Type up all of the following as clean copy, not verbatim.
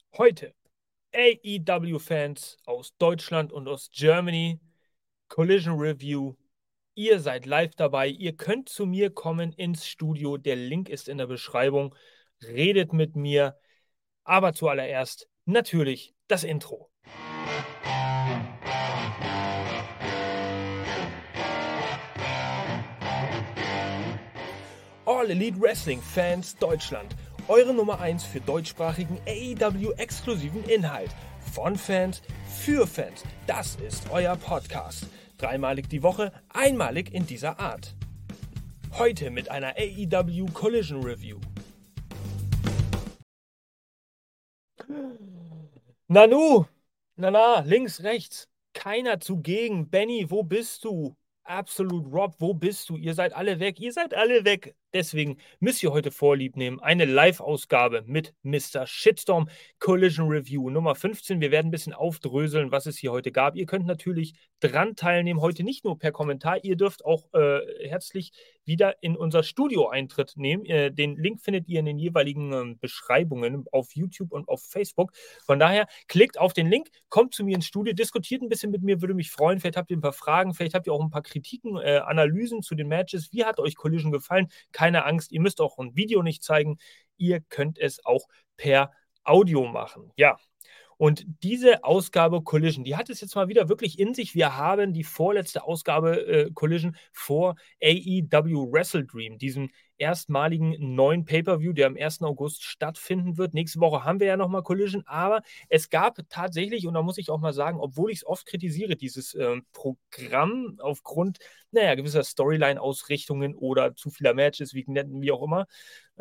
Heute AEW-Fans aus Deutschland und aus Germany, Collision Review. Ihr seid live dabei. Ihr könnt zu mir kommen ins Studio. Der Link ist in der Beschreibung. Redet mit mir. Aber zuallererst natürlich das Intro. All Elite Wrestling Fans Deutschland. Eure Nummer 1 für deutschsprachigen AEW-exklusiven Inhalt. Von Fans für Fans. Das ist euer Podcast. Dreimalig die Woche, einmalig in dieser Art. Heute mit einer AEW Collision Review. Nanu, na, links, rechts. Keiner zugegen. Benny, wo bist du? Absolut Rob, wo bist du? Ihr seid alle weg. Ihr seid alle weg. Deswegen müsst ihr heute Vorlieb nehmen. Eine Live-Ausgabe mit Mr. Shitstorm Collision Review Nummer 15. Wir werden ein bisschen aufdröseln, was es hier heute gab. Ihr könnt natürlich dran teilnehmen. Heute nicht nur per Kommentar. Ihr dürft auch herzlich wieder in unser Studio Eintritt nehmen. Den Link findet ihr in den jeweiligen Beschreibungen auf YouTube und auf Facebook. Von daher klickt auf den Link, kommt zu mir ins Studio, diskutiert ein bisschen mit mir, würde mich freuen. Vielleicht habt ihr ein paar Fragen, vielleicht habt ihr auch ein paar Kritiken, Analysen zu den Matches. Wie hat euch Collision gefallen? Keine Angst, ihr müsst auch ein Video nicht zeigen. Ihr könnt es auch per Audio machen. Ja. Und diese Ausgabe Collision, die hat es jetzt mal wieder wirklich in sich. Wir haben die vorletzte Ausgabe Collision vor AEW Wrestle Dream, diesem erstmaligen neuen Pay-Per-View, der am 1. August stattfinden wird. Nächste Woche haben wir ja nochmal Collision, aber es gab tatsächlich, und da muss ich auch mal sagen, obwohl ich es oft kritisiere, dieses Programm aufgrund, gewisser Storyline-Ausrichtungen oder zu vieler Matches, wie auch immer,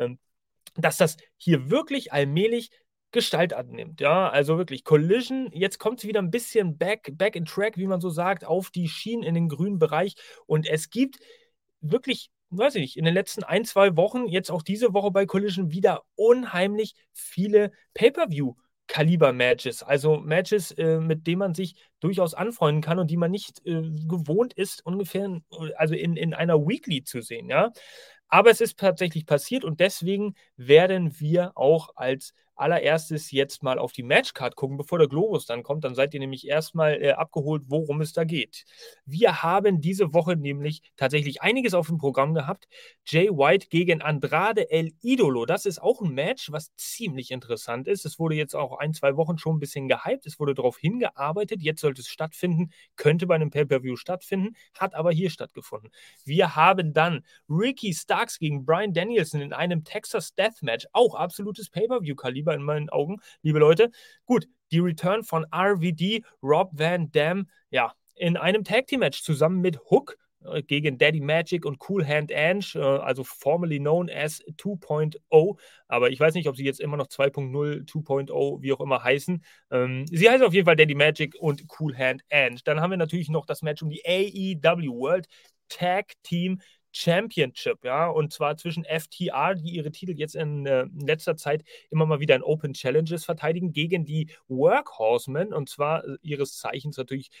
dass das hier wirklich allmählich Gestalt annimmt, ja, also wirklich Collision, jetzt kommt es wieder ein bisschen back in track, wie man so sagt, auf die Schienen in den grünen Bereich und es gibt wirklich, weiß ich nicht, in den letzten 1-2 Wochen, jetzt auch diese Woche bei Collision wieder unheimlich viele Pay-Per-View Kaliber-Matches, also Matches, mit denen man sich durchaus anfreunden kann und die man nicht gewohnt ist, ungefähr, also in einer Weekly zu sehen, ja. Aber es ist tatsächlich passiert und deswegen werden wir auch als allererstes jetzt mal auf die Matchcard gucken, bevor der Globus dann kommt. Dann seid ihr nämlich erstmal abgeholt, worum es da geht. Wir haben diese Woche nämlich tatsächlich einiges auf dem Programm gehabt. Jay White gegen Andrade El Idolo. Das ist auch ein Match, was ziemlich interessant ist. Es wurde jetzt auch 1-2 Wochen schon ein bisschen gehypt. Es wurde darauf hingearbeitet. Jetzt sollte es stattfinden. Könnte bei einem Pay-Per-View stattfinden. Hat aber hier stattgefunden. Wir haben dann Ricky Starks gegen Bryan Danielson in einem Texas Deathmatch. Auch absolutes Pay-Per-View-Kaliber in meinen Augen, liebe Leute. Gut, die Return von RVD, Rob Van Dam, ja, in einem Tag-Team-Match zusammen mit Hook gegen Daddy Magic und Cool Hand Ange, also formerly known as 2.0, aber ich weiß nicht, ob sie jetzt immer noch 2.0, 2.0, wie auch immer heißen. Sie heißen auf jeden Fall Daddy Magic und Cool Hand Ange. Dann haben wir natürlich noch das Match um die AEW World Tag Team Championship, ja, und zwar zwischen FTR, die ihre Titel jetzt in letzter Zeit immer mal wieder in Open Challenges verteidigen, gegen die Workhorsemen, und zwar ihres Zeichens natürlich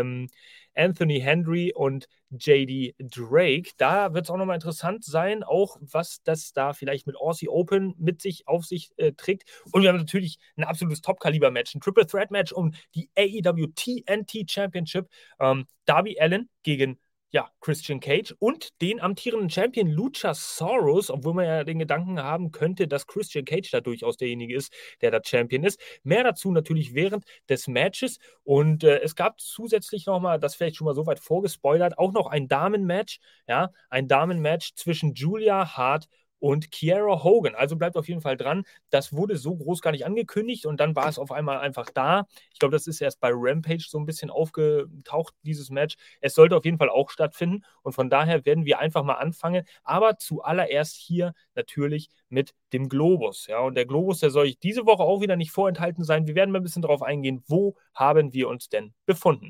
Anthony Henry und JD Drake. Da wird es auch nochmal interessant sein, auch was das da vielleicht mit Aussie Open auf sich trägt. Und wir haben natürlich ein absolutes Top-Kaliber-Match, ein Triple Threat-Match um die AEW TNT Championship. Darby Allin gegen Christian Cage und den amtierenden Champion Luchasaurus, obwohl man ja den Gedanken haben könnte, dass Christian Cage da durchaus derjenige ist, der da Champion ist. Mehr dazu natürlich während des Matches und es gab zusätzlich nochmal, das vielleicht schon mal so weit vorgespoilert, auch noch ein Damenmatch, ja, ein Damenmatch zwischen Julia Hart und Kiera Hogan. Also bleibt auf jeden Fall dran. Das wurde so groß gar nicht angekündigt und dann war es auf einmal einfach da. Ich glaube, das ist erst bei Rampage so ein bisschen aufgetaucht, dieses Match. Es sollte auf jeden Fall auch stattfinden und von daher werden wir einfach mal anfangen. Aber zuallererst hier natürlich mit dem Globus. Ja, und der Globus, der soll diese Woche auch wieder nicht vorenthalten sein. Wir werden mal ein bisschen darauf eingehen, wo haben wir uns denn befunden.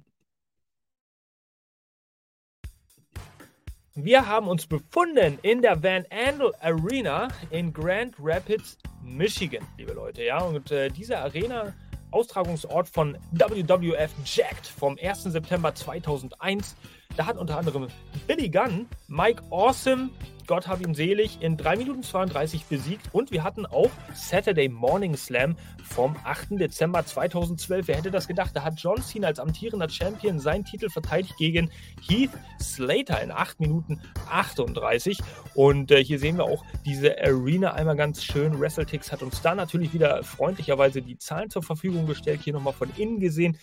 Wir haben uns befunden in der Van Andel Arena in Grand Rapids, Michigan, liebe Leute. Ja, und diese Arena, Austragungsort von WWF Jacked vom 1. September 2001, Da hat unter anderem Billy Gunn Mike Awesome, Gott hab ihn selig, in 3 Minuten 32 besiegt. Und wir hatten auch Saturday Morning Slam vom 8. Dezember 2012. Wer hätte das gedacht? Da hat John Cena als amtierender Champion seinen Titel verteidigt gegen Heath Slater in 8 Minuten 38. Und hier sehen wir auch diese Arena einmal ganz schön. WrestleTix hat uns da natürlich wieder freundlicherweise die Zahlen zur Verfügung gestellt. Hier nochmal von innen gesehen.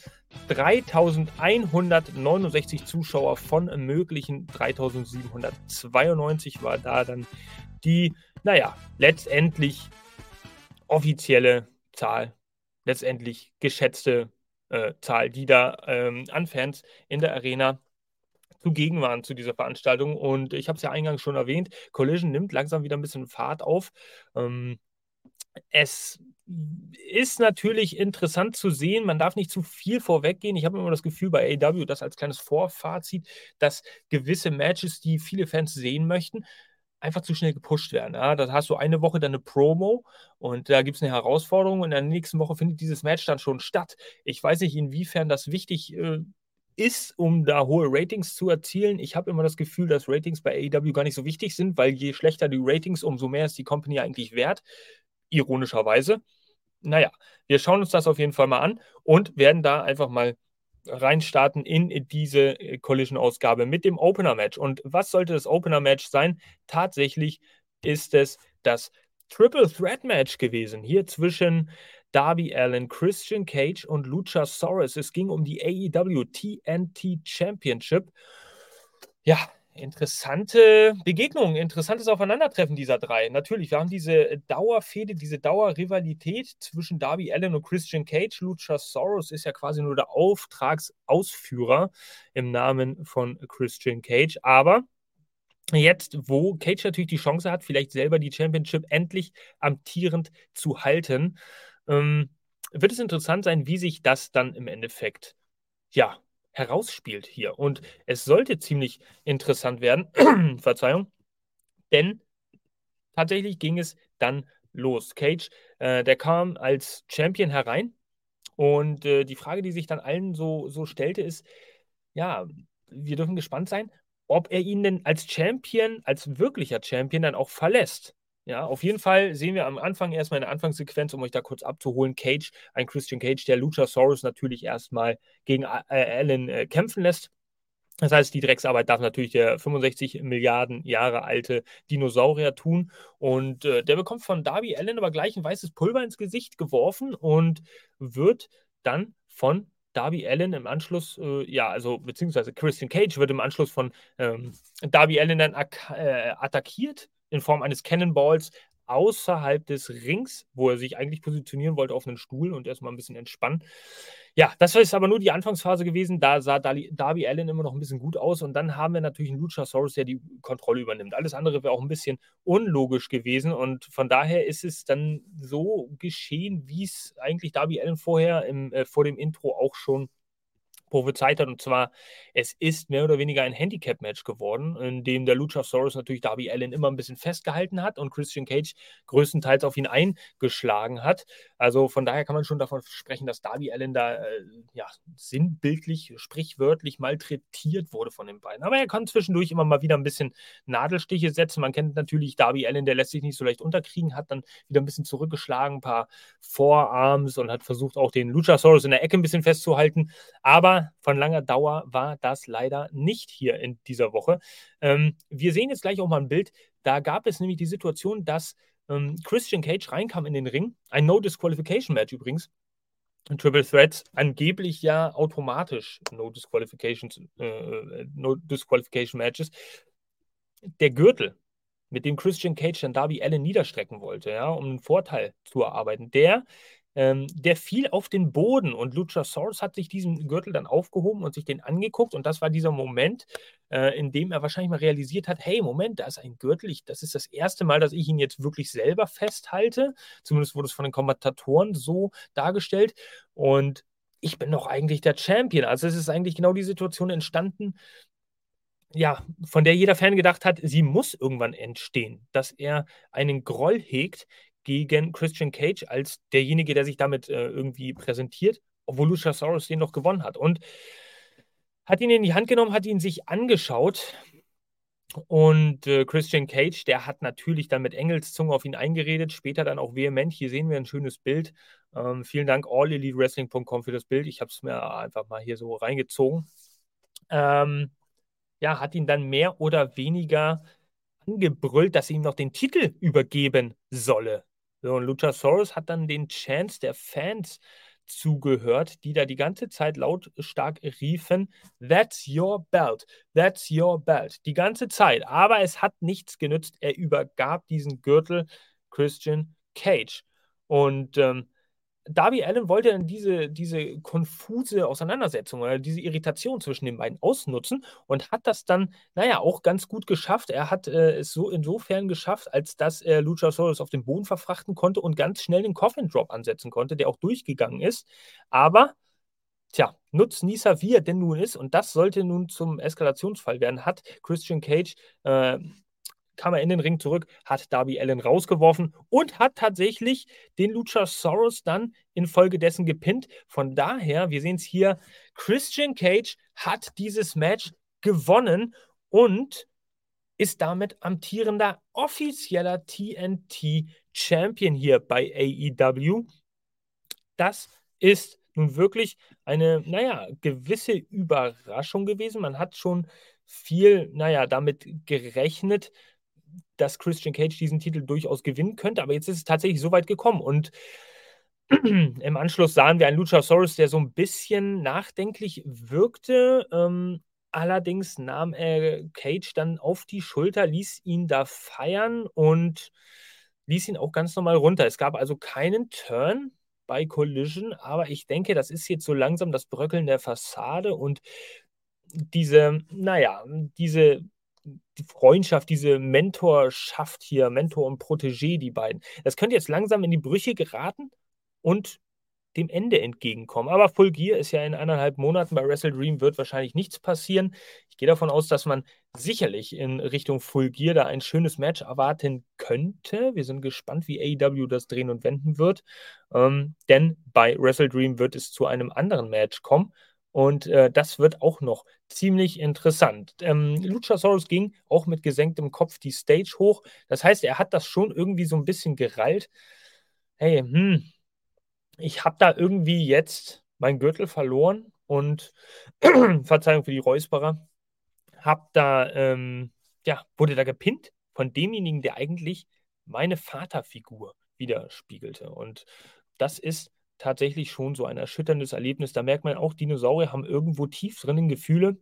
3169 Zuschauer von möglichen 3792 war da dann die, letztendlich offizielle Zahl, letztendlich geschätzte Zahl, die da an Fans in der Arena zugegen waren zu dieser Veranstaltung. Und ich habe es ja eingangs schon erwähnt, Collision nimmt langsam wieder ein bisschen Fahrt auf. Es ist natürlich interessant zu sehen, man darf nicht zu viel vorweggehen. Ich habe immer das Gefühl bei AEW, das als kleines Vorfazit, dass gewisse Matches, die viele Fans sehen möchten, einfach zu schnell gepusht werden. Ja, da hast du eine Woche dann eine Promo und da gibt es eine Herausforderung und in der nächsten Woche findet dieses Match dann schon statt. Ich weiß nicht, inwiefern das wichtig ist, um da hohe Ratings zu erzielen. Ich habe immer das Gefühl, dass Ratings bei AEW gar nicht so wichtig sind, weil je schlechter die Ratings, umso mehr ist die Company eigentlich wert. Ironischerweise. Naja, wir schauen uns das auf jeden Fall mal an und werden da einfach mal reinstarten in diese Collision-Ausgabe mit dem Opener-Match. Und was sollte das Opener-Match sein? Tatsächlich ist es das Triple Threat Match gewesen. Hier zwischen Darby Allin, Christian Cage und Luchasaurus. Es ging um die AEW TNT Championship. Ja, interessante Begegnung, interessantes Aufeinandertreffen dieser drei. Natürlich, wir haben diese Dauerfehde, diese Dauerrivalität zwischen Darby Allin und Christian Cage. Luchasaurus ist ja quasi nur der Auftragsausführer im Namen von Christian Cage. Aber jetzt, wo Cage natürlich die Chance hat, vielleicht selber die Championship endlich amtierend zu halten, wird es interessant sein, wie sich das dann im Endeffekt, herausspielt hier. Und es sollte ziemlich interessant werden, Verzeihung, denn tatsächlich ging es dann los. Cage, der kam als Champion herein und die Frage, die sich dann allen so stellte, ist, ja, wir dürfen gespannt sein, ob er ihn denn als Champion, als wirklicher Champion dann auch verlässt. Ja, auf jeden Fall sehen wir am Anfang erstmal in der Anfangssequenz, um euch da kurz abzuholen, ein Christian Cage, der Luchasaurus natürlich erstmal gegen Allen kämpfen lässt. Das heißt, die Drecksarbeit darf natürlich der 65 Milliarden Jahre alte Dinosaurier tun. Und der bekommt von Darby Allin aber gleich ein weißes Pulver ins Gesicht geworfen und wird dann von Darby Allin im Anschluss, beziehungsweise Christian Cage wird im Anschluss von Darby Allin dann attackiert in Form eines Cannonballs außerhalb des Rings, wo er sich eigentlich positionieren wollte auf einen Stuhl und erstmal ein bisschen entspannen. Ja, das ist aber nur die Anfangsphase gewesen. Da sah Darby Allin immer noch ein bisschen gut aus. Und dann haben wir natürlich einen Luchasaurus, der die Kontrolle übernimmt. Alles andere wäre auch ein bisschen unlogisch gewesen. Und von daher ist es dann so geschehen, wie es eigentlich Darby Allin vorher vor dem Intro auch schon prophezeit hat. Und zwar, es ist mehr oder weniger ein Handicap-Match geworden, in dem der Luchasaurus natürlich Darby Allin immer ein bisschen festgehalten hat und Christian Cage größtenteils auf ihn eingeschlagen hat. Also von daher kann man schon davon sprechen, dass Darby Allin da sinnbildlich, sprichwörtlich malträtiert wurde von den beiden. Aber er kann zwischendurch immer mal wieder ein bisschen Nadelstiche setzen. Man kennt natürlich Darby Allin, der lässt sich nicht so leicht unterkriegen, hat dann wieder ein bisschen zurückgeschlagen, ein paar Forearms und hat versucht auch den Luchasaurus in der Ecke ein bisschen festzuhalten. Aber von langer Dauer war das leider nicht hier in dieser Woche. Wir sehen jetzt gleich auch mal ein Bild. Da gab es nämlich die Situation, dass Christian Cage reinkam in den Ring. Ein No-Disqualification-Match übrigens. Triple Threats angeblich ja automatisch No-Disqualification Matches. Der Gürtel, mit dem Christian Cage dann Darby Allin niederstrecken wollte, ja, um einen Vorteil zu erarbeiten, der fiel auf den Boden und Luchasaurus hat sich diesen Gürtel dann aufgehoben und sich den angeguckt und das war dieser Moment, in dem er wahrscheinlich mal realisiert hat, hey, Moment, da ist ein Gürtel, das ist das erste Mal, dass ich ihn jetzt wirklich selber festhalte, zumindest wurde es von den Kommentatoren so dargestellt und ich bin doch eigentlich der Champion, also es ist eigentlich genau die Situation entstanden, ja, von der jeder Fan gedacht hat, sie muss irgendwann entstehen, dass er einen Groll hegt gegen Christian Cage als derjenige, der sich damit irgendwie präsentiert, obwohl Luchasaurus den noch gewonnen hat. Und hat ihn in die Hand genommen, hat ihn sich angeschaut und Christian Cage, der hat natürlich dann mit Engelszunge auf ihn eingeredet, später dann auch vehement. Hier sehen wir ein schönes Bild. Vielen Dank allelitewrestling.com für das Bild. Ich habe es mir einfach mal hier so reingezogen. Ja, hat ihn dann mehr oder weniger angebrüllt, dass er ihm noch den Titel übergeben solle. So, und Luchasaurus hat dann den Chants der Fans zugehört, die da die ganze Zeit lautstark riefen, "That's your belt, that's your belt", die ganze Zeit. Aber es hat nichts genützt. Er übergab diesen Gürtel Christian Cage. Und Darby Allin wollte dann diese konfuse Auseinandersetzung oder diese Irritation zwischen den beiden ausnutzen und hat das dann, naja, auch ganz gut geschafft. Er hat es so insofern geschafft, als dass er Luchasaurus auf den Boden verfrachten konnte und ganz schnell den Coffin Drop ansetzen konnte, der auch durchgegangen ist. Aber, tja, Nutznießer wie er denn nun ist, und das sollte nun zum Eskalationsfall werden, hat Christian Cage kam er in den Ring zurück, hat Darby Allin rausgeworfen und hat tatsächlich den Luchasaurus dann infolgedessen gepinnt. Von daher, wir sehen es hier, Christian Cage hat dieses Match gewonnen und ist damit amtierender offizieller TNT-Champion hier bei AEW. Das ist nun wirklich eine, naja, gewisse Überraschung gewesen. Man hat schon viel, naja, damit gerechnet, dass Christian Cage diesen Titel durchaus gewinnen könnte, aber jetzt ist es tatsächlich so weit gekommen und im Anschluss sahen wir einen Luchasaurus, der so ein bisschen nachdenklich wirkte. Allerdings nahm er Cage dann auf die Schulter, ließ ihn da feiern und ließ ihn auch ganz normal runter. Es gab also keinen Turn bei Collision, aber ich denke, das ist jetzt so langsam das Bröckeln der Fassade und diese, naja, die Freundschaft, diese Mentorschaft hier, Mentor und Protégé, die beiden, das könnte jetzt langsam in die Brüche geraten und dem Ende entgegenkommen. Aber Full Gear ist ja in 1,5 Monaten. Bei Wrestle Dream wird wahrscheinlich nichts passieren. Ich gehe davon aus, dass man sicherlich in Richtung Full Gear da ein schönes Match erwarten könnte. Wir sind gespannt, wie AEW das drehen und wenden wird. Denn bei Wrestle Dream wird es zu einem anderen Match kommen. Und das wird auch noch ziemlich interessant. Luchasaurus ging auch mit gesenktem Kopf die Stage hoch. Das heißt, er hat das schon irgendwie so ein bisschen gerallt. Hey, ich habe da irgendwie jetzt meinen Gürtel verloren und Verzeihung für die Räusperer, wurde da gepinnt von demjenigen, der eigentlich meine Vaterfigur widerspiegelte. Und das ist tatsächlich schon so ein erschütterndes Erlebnis. Da merkt man auch, Dinosaurier haben irgendwo tief drinnen Gefühle.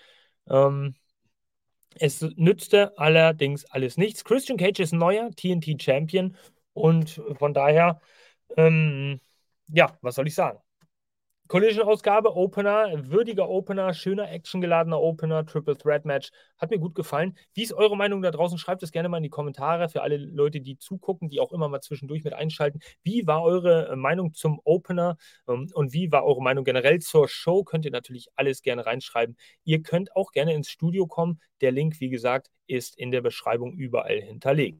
Es nützte allerdings alles nichts. Christian Cage ist ein neuer TNT-Champion und von daher, ja, was soll ich sagen? Collision-Ausgabe, Opener, würdiger Opener, schöner actiongeladener Opener, Triple Threat Match. Hat mir gut gefallen. Wie ist eure Meinung da draußen? Schreibt es gerne mal in die Kommentare für alle Leute, die zugucken, die auch immer mal zwischendurch mit einschalten. Wie war eure Meinung zum Opener und wie war eure Meinung generell zur Show? Könnt ihr natürlich alles gerne reinschreiben. Ihr könnt auch gerne ins Studio kommen. Der Link, wie gesagt, ist in der Beschreibung überall hinterlegt.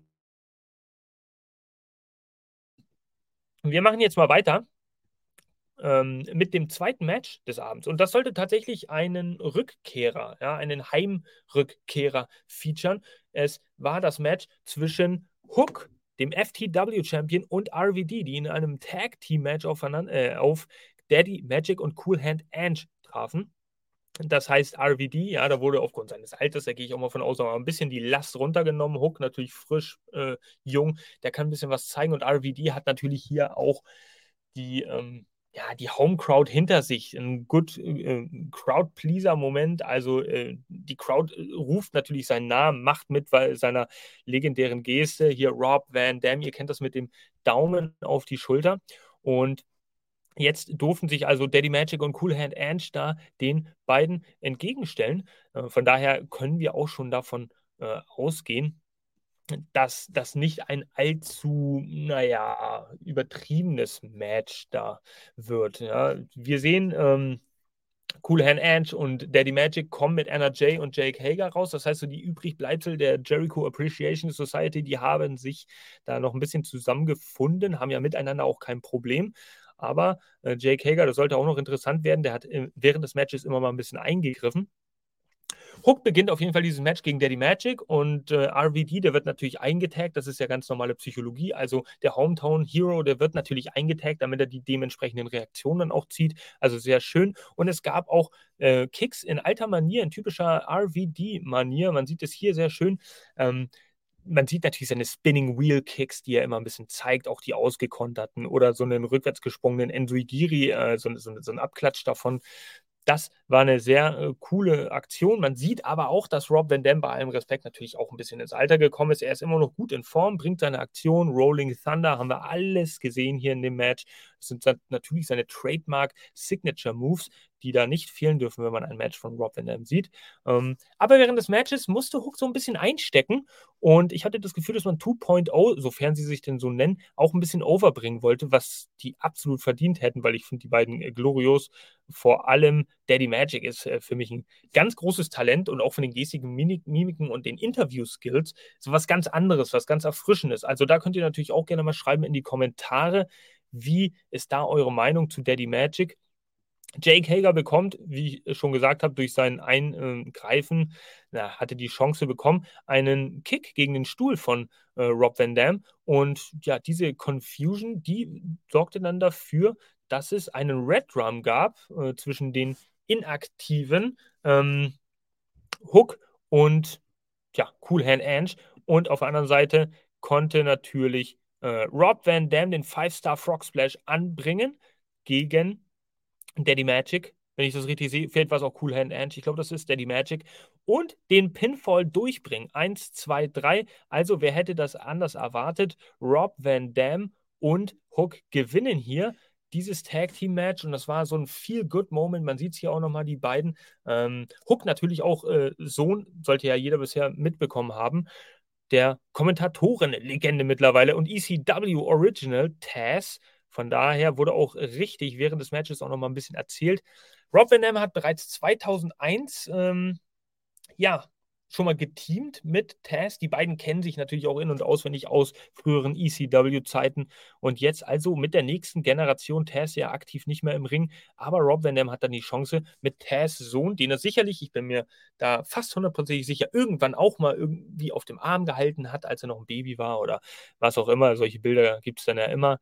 Wir machen jetzt mal weiter mit dem zweiten Match des Abends. Und das sollte tatsächlich einen Rückkehrer, ja, einen Heimrückkehrer featuren. Es war das Match zwischen Hook, dem FTW-Champion, und RVD, die in einem Tag-Team-Match auf Daddy Magic und Cool Hand Ange trafen. Das heißt, RVD, ja, da wurde aufgrund seines Alters, da gehe ich auch mal von aus, aber ein bisschen die Last runtergenommen. Hook natürlich frisch, jung, der kann ein bisschen was zeigen und RVD hat natürlich hier auch die, die Home-Crowd hinter sich. Ein good Crowd-Pleaser-Moment. Also die Crowd ruft natürlich seinen Namen, macht mit bei seiner legendären Geste. Hier Rob Van Dam, ihr kennt das mit dem Daumen auf die Schulter. Und jetzt durften sich also Daddy Magic und Cool Hand Ange da den beiden entgegenstellen. Von daher können wir auch schon davon ausgehen, dass das nicht ein allzu, naja, übertriebenes Match da wird. Ja. Wir sehen, Cool Hand Ange und Daddy Magic kommen mit Anna Jay und Jake Hager raus. Das heißt, so die Übrigbleibsel der Jericho Appreciation Society, die haben sich da noch ein bisschen zusammengefunden, haben ja miteinander auch kein Problem. Aber Jake Hager, das sollte auch noch interessant werden, der hat während des Matches immer mal ein bisschen eingegriffen. Hook beginnt auf jeden Fall dieses Match gegen Daddy Magic und RVD, der wird natürlich eingetaggt. Das ist ja ganz normale Psychologie. Also der Hometown Hero, der wird natürlich eingetaggt, damit er die dementsprechenden Reaktionen dann auch zieht. Also sehr schön. Und es gab auch Kicks in alter Manier, in typischer RVD-Manier. Man sieht es hier sehr schön. Man sieht natürlich seine Spinning Wheel Kicks, die er immer ein bisschen zeigt, auch die ausgekonterten oder so einen rückwärts gesprungenen Enzuigiri, so ein Abklatsch davon. Das war eine sehr coole Aktion. Man sieht aber auch, dass Rob Van Dam bei allem Respekt natürlich auch ein bisschen ins Alter gekommen ist. Er ist immer noch gut in Form, bringt seine Aktion. Rolling Thunder haben wir alles gesehen hier in dem Match. Das sind natürlich seine Trademark Signature Moves, die da nicht fehlen dürfen, wenn man ein Match von Rob Van Dam sieht. Aber während des Matches musste Hook so ein bisschen einstecken und ich hatte das Gefühl, dass man 2.0, sofern sie sich denn so nennen, auch ein bisschen overbringen wollte, was die absolut verdient hätten, weil ich finde die beiden glorios. Vor allem Daddy Magic ist für mich ein ganz großes Talent und auch von den gestigen Mimiken und den Interview-Skills so was ganz anderes, was ganz Erfrischendes. Also da könnt ihr natürlich auch gerne mal schreiben in die Kommentare, wie ist da eure Meinung zu Daddy Magic? Jake Hager bekommt, wie ich schon gesagt habe, durch sein Eingreifen, hatte die Chance bekommen, einen Kick gegen den Stuhl von Rob Van Dam. Und ja, diese Confusion, die sorgte dann dafür, dass es einen Red Drum gab zwischen den inaktiven Hook und ja, Cool Hand Ange. Und auf der anderen Seite konnte natürlich Rob Van Dam den 5-Star Frog Splash anbringen gegen Daddy Magic. Wenn ich das richtig sehe, fehlt was auch Cool Hand Ange. Ich glaube, das ist Daddy Magic. Und den Pinfall durchbringen. 1, 2, 3. Also, wer hätte das anders erwartet? Rob Van Dam und Hook gewinnen hier dieses Tag-Team-Match und das war so ein Feel-Good-Moment. Man sieht es hier auch nochmal, die beiden. Hook natürlich auch Sohn, sollte ja jeder bisher mitbekommen haben. Der Kommentatoren-Legende mittlerweile und ECW Original Taz. Von daher wurde auch richtig während des Matches auch nochmal ein bisschen erzählt. Rob Van Dam hat bereits 2001 ja, schon mal geteamt mit Taz. Die beiden kennen sich natürlich auch in- und auswendig aus früheren ECW-Zeiten. Und jetzt also mit der nächsten Generation Taz ja aktiv nicht mehr im Ring. Aber Rob Van Dam hat dann die Chance mit Taz Sohn, den er sicherlich, ich bin mir da fast hundertprozentig sicher, irgendwann auch mal irgendwie auf dem Arm gehalten hat, als er noch ein Baby war oder was auch immer. Solche Bilder gibt es dann ja immer.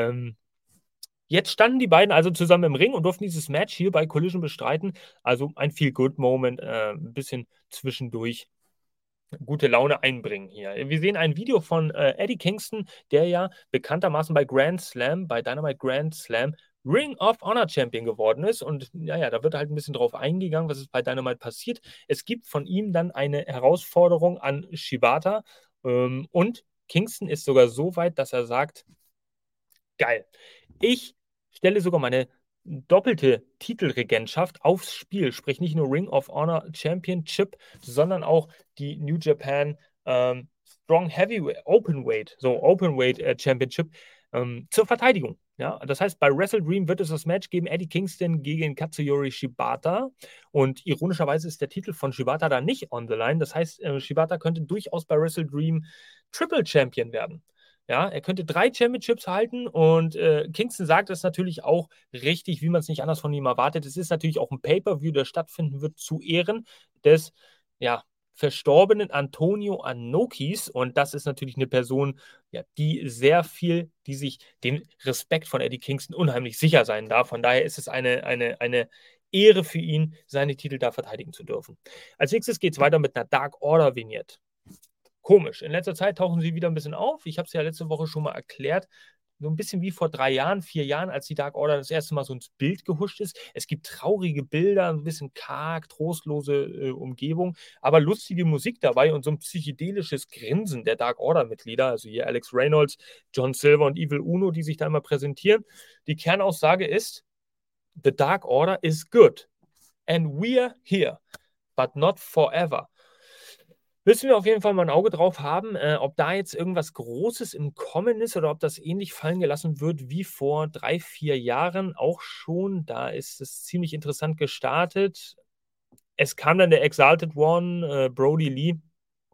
Jetzt standen die beiden also zusammen im Ring und durften dieses Match hier bei Collision bestreiten. Also ein Feel-Good-Moment, ein bisschen zwischendurch gute Laune einbringen hier. Wir sehen ein Video von Eddie Kingston, der ja bekanntermaßen bei Grand Slam, bei Dynamite Grand Slam Ring of Honor Champion geworden ist. Und naja, da wird halt ein bisschen drauf eingegangen, was ist bei Dynamite passiert. Es gibt von ihm dann eine Herausforderung an Shibata und Kingston ist sogar so weit, dass er sagt, geil, ich stelle sogar meine doppelte Titelregentschaft aufs Spiel, sprich nicht nur Ring of Honor Championship, sondern auch die New Japan Strong Heavyweight, Openweight Championship zur Verteidigung. Ja, das heißt, bei Wrestle Dream wird es das Match geben, Eddie Kingston gegen Katsuyori Shibata. Und ironischerweise ist der Titel von Shibata da nicht on the line. Das heißt, Shibata könnte durchaus bei Wrestle Dream Triple Champion werden. Ja, er könnte 3 Championships halten und Kingston sagt es natürlich auch richtig, wie man es nicht anders von ihm erwartet. Es ist natürlich auch ein Pay-Per-View, der stattfinden wird zu Ehren des ja, verstorbenen Antonio Anokis und das ist natürlich eine Person, ja, die sich dem Respekt von Eddie Kingston unheimlich sicher sein darf. Von daher ist es eine Ehre für ihn, seine Titel da verteidigen zu dürfen. Als nächstes geht es weiter mit einer Dark Order Vignette. Komisch. In letzter Zeit tauchen sie wieder ein bisschen auf. Ich habe es ja letzte Woche schon mal erklärt. So ein bisschen wie vor 3 Jahren, 4 Jahren, als die Dark Order das erste Mal so ins Bild gehuscht ist. Es gibt traurige Bilder, ein bisschen karg, trostlose Umgebung, aber lustige Musik dabei und so ein psychedelisches Grinsen der Dark Order-Mitglieder, also hier Alex Reynolds, John Silver und Evil Uno, die sich da immer präsentieren. Die Kernaussage ist, The Dark Order is good and we're here, but not forever. Müssen wir auf jeden Fall mal ein Auge drauf haben, ob da jetzt irgendwas Großes im Kommen ist oder ob das ähnlich fallen gelassen wird wie vor 3, 4 Jahren auch schon. Da ist es ziemlich interessant gestartet. Es kam dann der Exalted One, Brody Lee.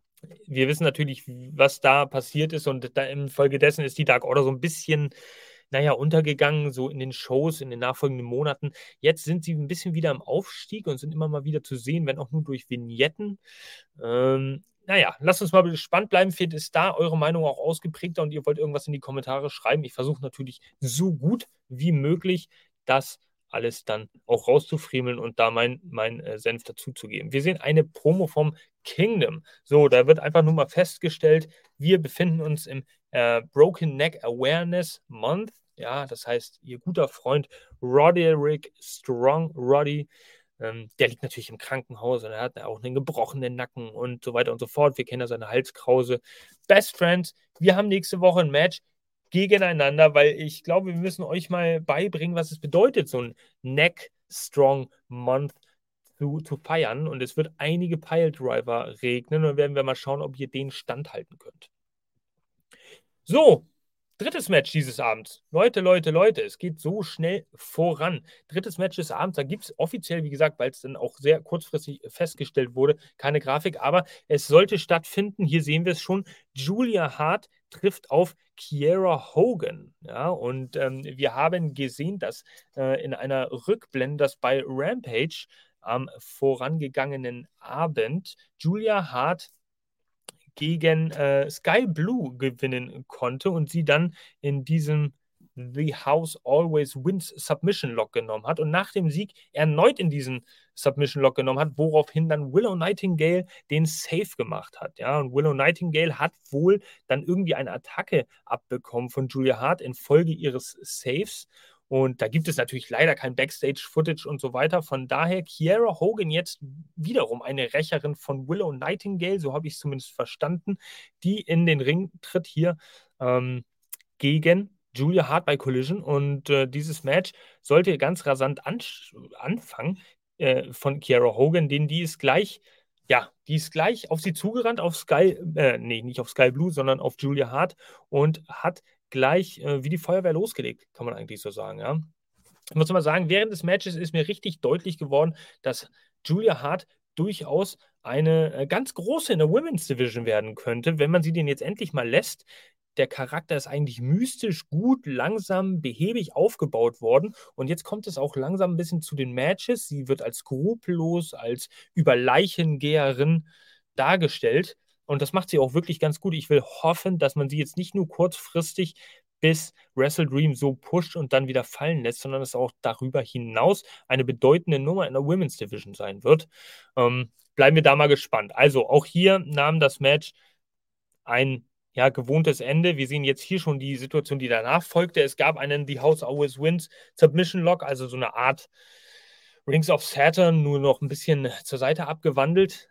Wir wissen natürlich, was da passiert ist und da infolgedessen ist die Dark Order so ein bisschen naja, untergegangen, so in den Shows in den nachfolgenden Monaten. Jetzt sind sie ein bisschen wieder im Aufstieg und sind immer mal wieder zu sehen, wenn auch nur durch Vignetten. Naja, lasst uns mal gespannt bleiben. Vielleicht ist da eure Meinung auch ausgeprägter und ihr wollt irgendwas in die Kommentare schreiben. Ich versuche natürlich so gut wie möglich, das alles dann auch rauszufriemeln und da mein Senf dazuzugeben. Wir sehen eine Promo vom Kingdom. So, da wird einfach nur mal festgestellt, wir befinden uns im Broken Neck Awareness Month. Ja, das heißt, ihr guter Freund Roderick Strong, Roddy, der liegt natürlich im Krankenhaus und er hat auch einen gebrochenen Nacken und so weiter und so fort. Wir kennen ja seine Halskrause. Best Friends, wir haben nächste Woche ein Match gegeneinander, weil ich glaube, wir müssen euch mal beibringen, was es bedeutet, so ein Neck Strong Month zu feiern. Und es wird einige Piledriver regnen und dann werden wir mal schauen, ob ihr den standhalten könnt. So, drittes Match dieses Abends. Leute, es geht so schnell voran. Drittes Match des Abends, da gibt es offiziell, wie gesagt, weil es dann auch sehr kurzfristig festgestellt wurde, keine Grafik, aber es sollte stattfinden. Hier sehen wir es schon. Julia Hart trifft auf Kiera Hogan. Ja, und wir haben gesehen, dass in einer Rückblende, dass bei Rampage am vorangegangenen Abend Julia Hart gegen Sky Blue gewinnen konnte und sie dann in diesem The House Always Wins Submission Lock genommen hat und nach dem Sieg erneut in diesen Submission Lock genommen hat, woraufhin dann Willow Nightingale den Save gemacht hat. Ja, und Willow Nightingale hat wohl dann irgendwie eine Attacke abbekommen von Julia Hart infolge ihres Saves. Und da gibt es natürlich leider kein Backstage-Footage und so weiter. Von daher Kiera Hogan jetzt wiederum eine Rächerin von Willow Nightingale, so habe ich es zumindest verstanden, die in den Ring tritt hier gegen Julia Hart bei Collision. Und dieses Match sollte ganz rasant anfangen von Kiera Hogan, denn die ist gleich auf sie zugerannt, auf Sky, nicht auf Sky Blue, sondern auf Julia Hart und hat gleich wie die Feuerwehr losgelegt, kann man eigentlich so sagen, ja. Ich muss mal sagen, während des Matches ist mir richtig deutlich geworden, dass Julia Hart durchaus eine ganz große in der Women's Division werden könnte, wenn man sie den jetzt endlich mal lässt. Der Charakter ist eigentlich mystisch gut, langsam, behäbig aufgebaut worden. Und jetzt kommt es auch langsam ein bisschen zu den Matches. Sie wird als skrupellos, als Überleichengeherin dargestellt. Und das macht sie auch wirklich ganz gut. Ich will hoffen, dass man sie jetzt nicht nur kurzfristig bis Wrestle Dream so pusht und dann wieder fallen lässt, sondern es auch darüber hinaus eine bedeutende Nummer in der Women's Division sein wird. Bleiben wir da mal gespannt. Also auch hier nahm das Match ein gewohntes Ende. Wir sehen jetzt hier schon die Situation, die danach folgte. Es gab einen The House Always Wins Submission Lock, also so eine Art Rings of Saturn, nur noch ein bisschen zur Seite abgewandelt.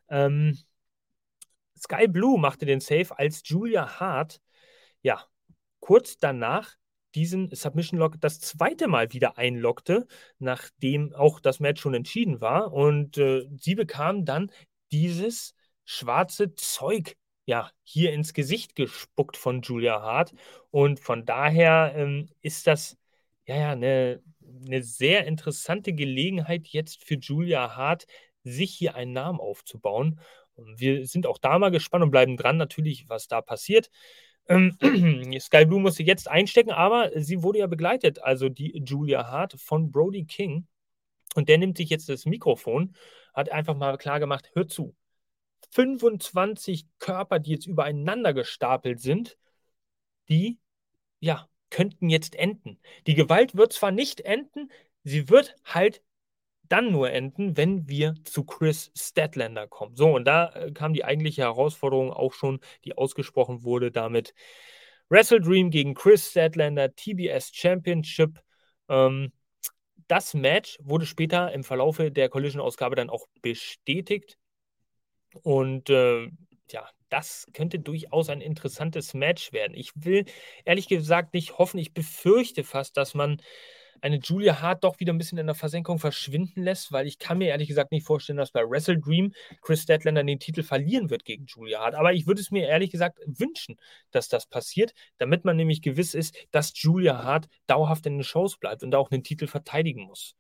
Sky Blue machte den Save, als Julia Hart kurz danach diesen Submission Lock das zweite Mal wieder einloggte, nachdem auch das Match schon entschieden war. Und sie bekam dann dieses schwarze Zeug hier ins Gesicht gespuckt von Julia Hart. Und von daher ist das eine sehr interessante Gelegenheit jetzt für Julia Hart, sich hier einen Namen aufzubauen. Und wir sind auch da mal gespannt und bleiben dran natürlich, was da passiert. Sky Blue musste jetzt einstecken, aber sie wurde ja begleitet, also die Julia Hart von Brody King. Und der nimmt sich jetzt das Mikrofon, hat einfach mal klar gemacht, hör zu, 25 Körper, die jetzt übereinander gestapelt sind, die, könnten jetzt enden. Die Gewalt wird zwar nicht enden, sie wird halt dann nur enden, wenn wir zu Chris Statlander kommen. So, und da kam die eigentliche Herausforderung auch schon, die ausgesprochen wurde, damit Wrestle Dream gegen Chris Statlander, TBS Championship. Das Match wurde später im Verlaufe der Collision-Ausgabe dann auch bestätigt. Und das könnte durchaus ein interessantes Match werden. Ich will ehrlich gesagt nicht hoffen, ich befürchte fast, dass man eine Julia Hart doch wieder ein bisschen in der Versenkung verschwinden lässt, weil ich kann mir ehrlich gesagt nicht vorstellen, dass bei Wrestle Dream Chris Statlander den Titel verlieren wird gegen Julia Hart. Aber ich würde es mir ehrlich gesagt wünschen, dass das passiert, damit man nämlich gewiss ist, dass Julia Hart dauerhaft in den Shows bleibt und auch einen Titel verteidigen muss.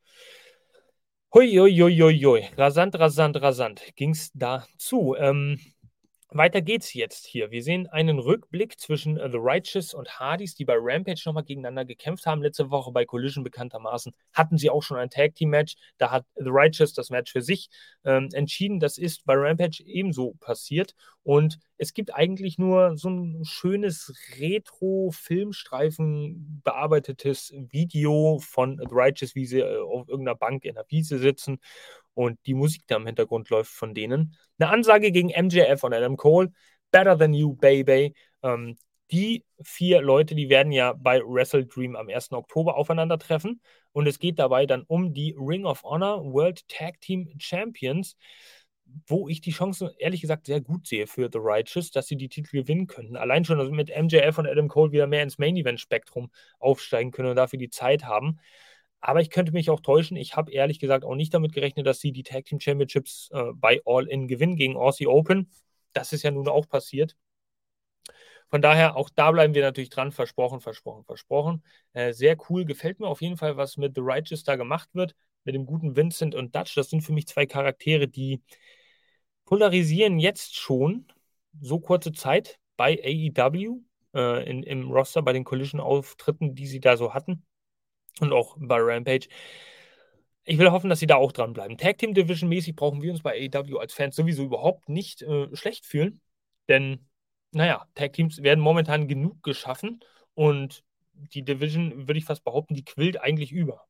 Hui, rasant ging es dazu. Weiter geht's jetzt hier. Wir sehen einen Rückblick zwischen The Righteous und Hardys, die bei Rampage nochmal gegeneinander gekämpft haben. Letzte Woche bei Collision bekanntermaßen hatten sie auch schon ein Tag-Team-Match. Da hat The Righteous das Match für sich entschieden. Das ist bei Rampage ebenso passiert. Und es gibt eigentlich nur so ein schönes Retro-Filmstreifen bearbeitetes Video von The Righteous, wie sie auf irgendeiner Bank in der Wiese sitzen und die Musik da im Hintergrund läuft von denen. Eine Ansage gegen MJF und Adam Cole. Better Than You, Baby. Die 4 Leute, die werden ja bei Wrestle Dream am 1. Oktober aufeinandertreffen. Und es geht dabei dann um die Ring of Honor World Tag Team Champions, wo ich die Chancen ehrlich gesagt sehr gut sehe für The Righteous, dass sie die Titel gewinnen könnten. Allein schon mit MJF und Adam Cole wieder mehr ins Main-Event-Spektrum aufsteigen können und dafür die Zeit haben. Aber ich könnte mich auch täuschen. Ich habe ehrlich gesagt auch nicht damit gerechnet, dass sie die Tag Team Championships bei All In gewinnen gegen Aussie Open. Das ist ja nun auch passiert. Von daher, auch da bleiben wir natürlich dran. Versprochen, versprochen, versprochen. Sehr cool. Gefällt mir auf jeden Fall, was mit The Righteous da gemacht wird. Mit dem guten Vincent und Dutch. Das sind für mich 2 Charaktere, die polarisieren jetzt schon so kurze Zeit bei AEW im Roster, bei den Collision-Auftritten, die sie da so hatten. Und auch bei Rampage. Ich will hoffen, dass sie da auch dranbleiben. Tag Team Division mäßig brauchen wir uns bei AEW als Fans sowieso überhaupt nicht schlecht fühlen. Denn, naja, Tag Teams werden momentan genug geschaffen und die Division, würde ich fast behaupten, die quillt eigentlich über.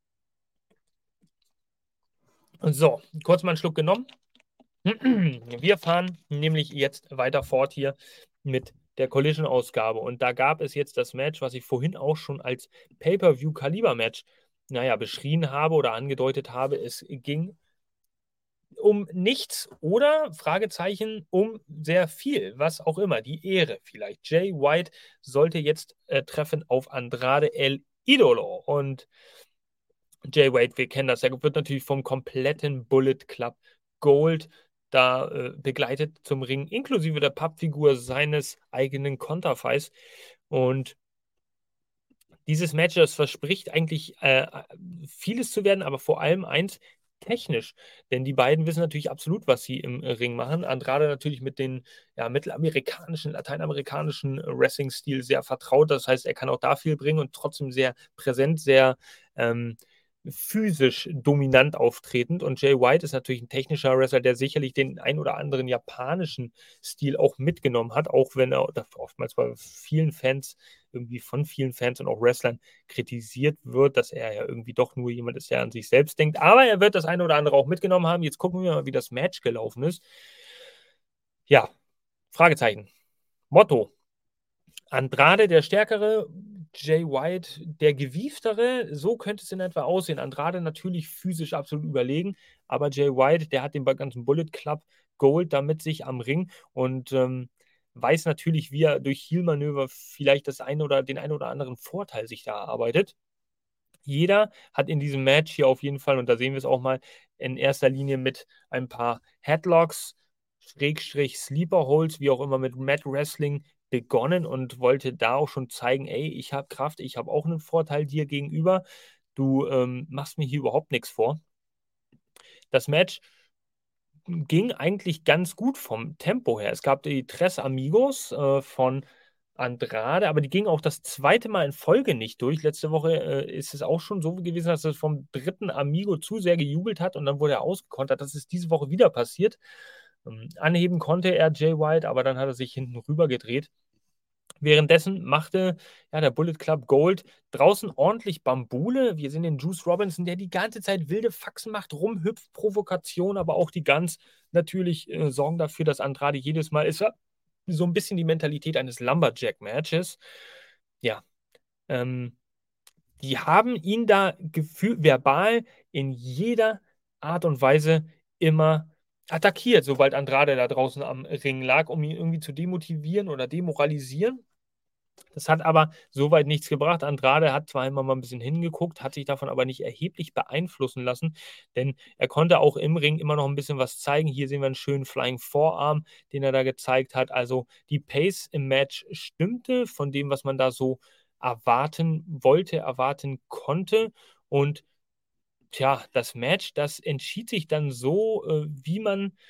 So, kurz mal einen Schluck genommen. Wir fahren nämlich jetzt weiter fort hier mit der Collision-Ausgabe. Und da gab es jetzt das Match, was ich vorhin auch schon als Pay-Per-View-Kaliber-Match, naja, beschrien habe oder angedeutet habe. Es ging um nichts oder Fragezeichen um sehr viel, was auch immer, die Ehre vielleicht. Jay White sollte jetzt treffen auf Andrade El Idolo. Und Jay White, wir kennen das, er wird natürlich vom kompletten Bullet Club Gold da begleitet zum Ring, inklusive der Pappfigur seines eigenen Konterfeis. Und dieses Match, das verspricht eigentlich vieles zu werden, aber vor allem eins, technisch. Denn die beiden wissen natürlich absolut, was sie im Ring machen. Andrade natürlich mit den mittelamerikanischen, lateinamerikanischen Wrestling-Stil sehr vertraut. Das heißt, er kann auch da viel bringen und trotzdem sehr präsent, sehr physisch dominant auftretend. Und Jay White ist natürlich ein technischer Wrestler, der sicherlich den ein oder anderen japanischen Stil auch mitgenommen hat, auch wenn er oftmals bei vielen Fans, irgendwie von vielen Fans und auch Wrestlern kritisiert wird, dass er ja irgendwie doch nur jemand ist, der an sich selbst denkt. Aber er wird das eine oder andere auch mitgenommen haben. Jetzt gucken wir mal, wie das Match gelaufen ist. Ja, Fragezeichen. Motto: Andrade der Stärkere, Jay White der Gewieftere, so könnte es in etwa aussehen. Andrade natürlich physisch absolut überlegen, aber Jay White, der hat den ganzen Bullet Club Gold da mit sich am Ring und weiß natürlich, wie er durch Heel-Manöver vielleicht den einen oder anderen Vorteil sich da erarbeitet. Jeder hat in diesem Match hier auf jeden Fall, und da sehen wir es auch mal, in erster Linie mit ein paar Headlocks, Schrägstrich Sleeper Holds, wie auch immer, mit Mat Wrestling begonnen und wollte da auch schon zeigen, ey, ich habe Kraft, ich habe auch einen Vorteil dir gegenüber. Du machst mir hier überhaupt nichts vor. Das Match ging eigentlich ganz gut vom Tempo her. Es gab die Tres Amigos von Andrade, aber die ging auch das zweite Mal in Folge nicht durch. Letzte Woche ist es auch schon so gewesen, dass es vom dritten Amigo zu sehr gejubelt hat und dann wurde er ausgekontert. Das ist diese Woche wieder passiert. Anheben konnte er Jay White, aber dann hat er sich hinten rüber gedreht. Währenddessen machte der Bullet Club Gold draußen ordentlich Bambule. Wir sehen den Juice Robinson, der die ganze Zeit wilde Faxen macht, rumhüpft, Provokation, aber auch die Guns natürlich sorgen dafür, dass Andrade jedes Mal ist so ein bisschen die Mentalität eines Lumberjack-Matches. Ja, die haben ihn da verbal in jeder Art und Weise immer attackiert, sobald Andrade da draußen am Ring lag, um ihn irgendwie zu demotivieren oder demoralisieren. Das hat aber soweit nichts gebracht. Andrade hat zwar immer mal ein bisschen hingeguckt, hat sich davon aber nicht erheblich beeinflussen lassen, denn er konnte auch im Ring immer noch ein bisschen was zeigen. Hier sehen wir einen schönen Flying Forearm, den er da gezeigt hat. Also die Pace im Match stimmte von dem, was man da so erwarten wollte, erwarten konnte. Und tja, das Match, das entschied sich dann so, wie man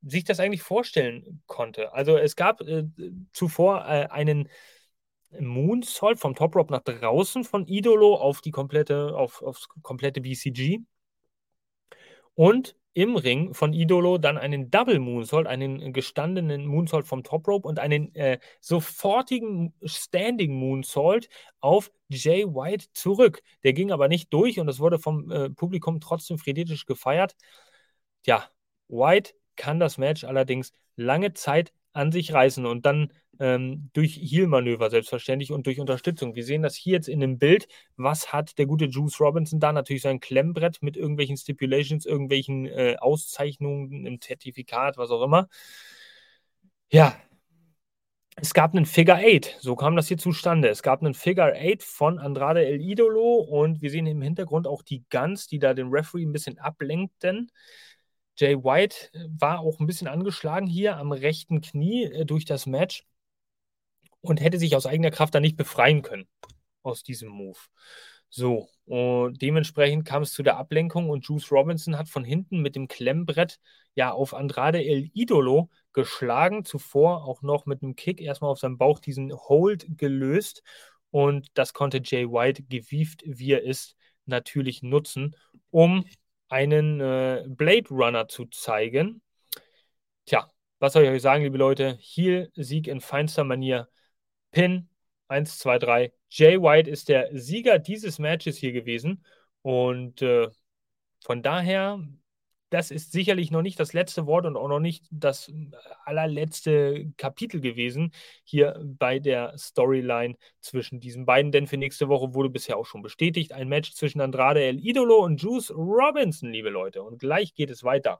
sich das eigentlich vorstellen konnte. Also es gab zuvor einen Moonsault vom Top Rope nach draußen von Idolo aufs komplette BCG. Und im Ring von Idolo dann einen Double Moonsault, einen gestandenen Moonsault vom Top Rope und einen sofortigen Standing Moonsault auf Jay White zurück. Der ging aber nicht durch und das wurde vom Publikum trotzdem frenetisch gefeiert. Tja, White kann das Match allerdings lange Zeit an sich reißen und dann durch Heel-Manöver selbstverständlich und durch Unterstützung. Wir sehen das hier jetzt in dem Bild. Was hat der gute Juice Robinson da? Natürlich sein Klemmbrett mit irgendwelchen Stipulations, irgendwelchen Auszeichnungen, einem Zertifikat, was auch immer. Ja, es gab einen Figure 8, so kam das hier zustande. Es gab einen Figure 8 von Andrade El Idolo und wir sehen im Hintergrund auch die Guns, die da den Referee ein bisschen ablenkten. Jay White war auch ein bisschen angeschlagen hier am rechten Knie durch das Match und hätte sich aus eigener Kraft da nicht befreien können aus diesem Move. So, und dementsprechend kam es zu der Ablenkung und Juice Robinson hat von hinten mit dem Klemmbrett ja auf Andrade El Idolo geschlagen, zuvor auch noch mit einem Kick erstmal auf seinem Bauch diesen Hold gelöst und das konnte Jay White, gewieft wie er ist, natürlich nutzen, um einen Blade Runner zu zeigen. Tja, was soll ich euch sagen, liebe Leute? Heel-Sieg in feinster Manier. Pin 1, 2, 3. Jay White ist der Sieger dieses Matches hier gewesen. Und von daher, das ist sicherlich noch nicht das letzte Wort und auch noch nicht das allerletzte Kapitel gewesen hier bei der Storyline zwischen diesen beiden. Denn für nächste Woche wurde bisher auch schon bestätigt ein Match zwischen Andrade El Idolo und Juice Robinson, liebe Leute. Und gleich geht es weiter.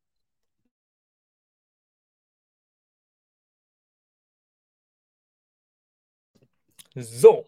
So,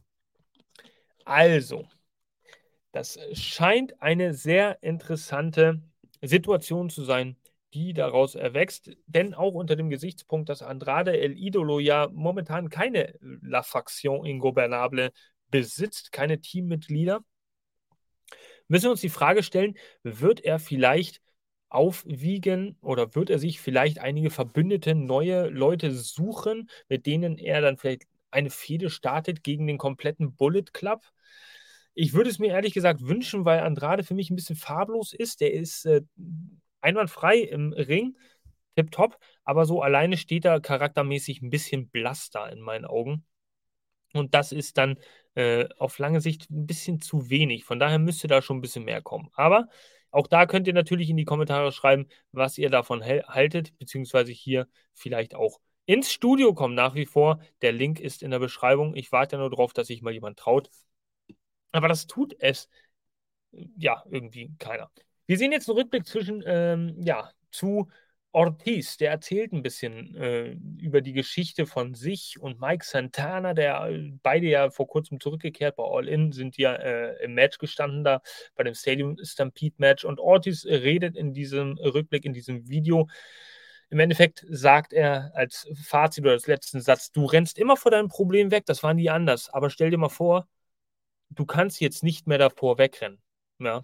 also, das scheint eine sehr interessante Situation zu sein, die daraus erwächst. Denn auch unter dem Gesichtspunkt, dass Andrade El Idolo ja momentan keine La Faction Ingobernable besitzt, keine Teammitglieder, müssen wir uns die Frage stellen, wird er vielleicht aufwiegen oder wird er sich vielleicht einige verbündete neue Leute suchen, mit denen er dann vielleicht eine Fehde startet gegen den kompletten Bullet Club? Ich würde es mir ehrlich gesagt wünschen, weil Andrade für mich ein bisschen farblos ist. Der ist einwandfrei im Ring, tipptopp, aber so alleine steht er charaktermäßig ein bisschen blass da in meinen Augen. Und das ist dann auf lange Sicht ein bisschen zu wenig. Von daher müsste da schon ein bisschen mehr kommen. Aber auch da könnt ihr natürlich in die Kommentare schreiben, was ihr davon haltet, beziehungsweise hier vielleicht auch ins Studio kommen nach wie vor. Der Link ist in der Beschreibung. Ich warte ja nur darauf, dass sich mal jemand traut. Aber das tut es ja irgendwie keiner. Wir sehen jetzt einen Rückblick zu Ortiz. Der erzählt ein bisschen über die Geschichte von sich und Mike Santana, der beide ja vor kurzem zurückgekehrt bei All In, sind ja im Match gestanden da bei dem Stadium Stampede Match und Ortiz redet in diesem Rückblick, in diesem Video. Im Endeffekt sagt er als Fazit oder als letzten Satz, du rennst immer vor deinem Problem weg, das war nie anders, aber stell dir mal vor, du kannst jetzt nicht mehr davor wegrennen. Ja.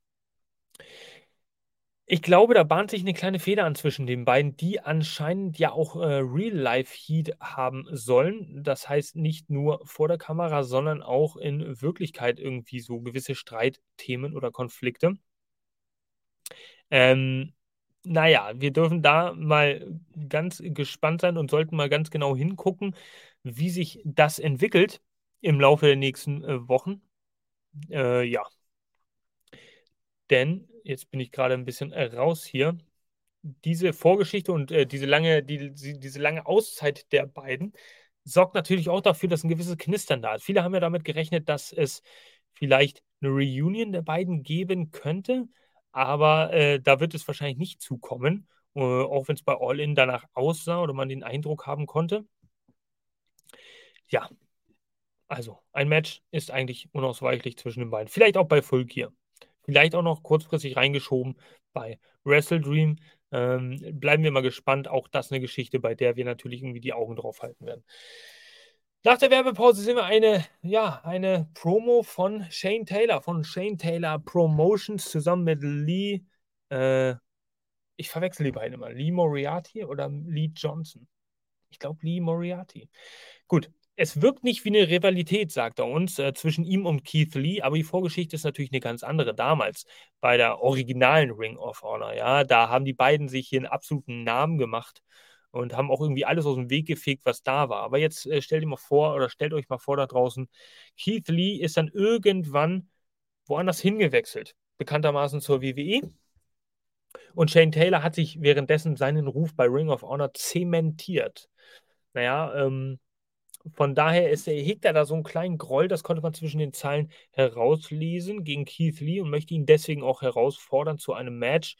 Ich glaube, da bahnt sich eine kleine Feder an zwischen den beiden, die anscheinend ja auch Real-Life-Heat haben sollen. Das heißt nicht nur vor der Kamera, sondern auch in Wirklichkeit irgendwie so gewisse Streitthemen oder Konflikte. Ähm, naja, wir dürfen da mal ganz gespannt sein und sollten mal ganz genau hingucken, wie sich das entwickelt im Laufe der nächsten Wochen. Ja, denn jetzt bin ich gerade ein bisschen raus hier. Diese Vorgeschichte und diese lange Auszeit der beiden sorgt natürlich auch dafür, dass ein gewisses Knistern da ist. Viele haben ja damit gerechnet, dass es vielleicht eine Reunion der beiden geben könnte, aber da wird es wahrscheinlich nicht zukommen, auch wenn es bei All In danach aussah oder man den Eindruck haben konnte. Ja, also ein Match ist eigentlich unausweichlich zwischen den beiden. Vielleicht auch bei Full Gear. Vielleicht auch noch kurzfristig reingeschoben bei Wrestle Dream. Bleiben wir mal gespannt. Auch das eine Geschichte, bei der wir natürlich irgendwie die Augen drauf halten werden. Nach der Werbepause sehen wir eine Promo von Shane Taylor Promotions zusammen mit Lee Ich verwechsel die beiden immer. Lee Moriarty oder Lee Johnson? Ich glaube Lee Moriarty. Gut, es wirkt nicht wie eine Rivalität, sagt er uns, zwischen ihm und Keith Lee, aber die Vorgeschichte ist natürlich eine ganz andere. Damals bei der originalen Ring of Honor, ja, da haben die beiden sich hier einen absoluten Namen gemacht und haben auch irgendwie alles aus dem Weg gefegt, was da war. Aber jetzt stellt ihr mal vor oder stellt euch mal vor da draußen, Keith Lee ist dann irgendwann woanders hingewechselt, bekanntermaßen zur WWE. Und Shane Taylor hat sich währenddessen seinen Ruf bei Ring of Honor zementiert. Naja, von daher hegt er da so einen kleinen Groll, das konnte man zwischen den Zeilen herauslesen, gegen Keith Lee und möchte ihn deswegen auch herausfordern zu einem Match,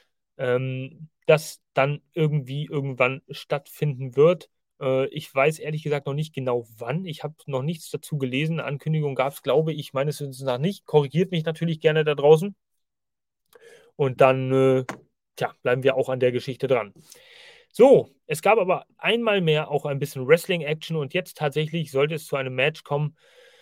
das dann irgendwie irgendwann stattfinden wird. Ich weiß ehrlich gesagt noch nicht genau wann. Ich habe noch nichts dazu gelesen. Eine Ankündigung gab es, glaube ich, meines Wissens nach nicht. Korrigiert mich natürlich gerne da draußen. Und dann, bleiben wir auch an der Geschichte dran. So, es gab aber einmal mehr auch ein bisschen Wrestling-Action und jetzt tatsächlich sollte es zu einem Match kommen,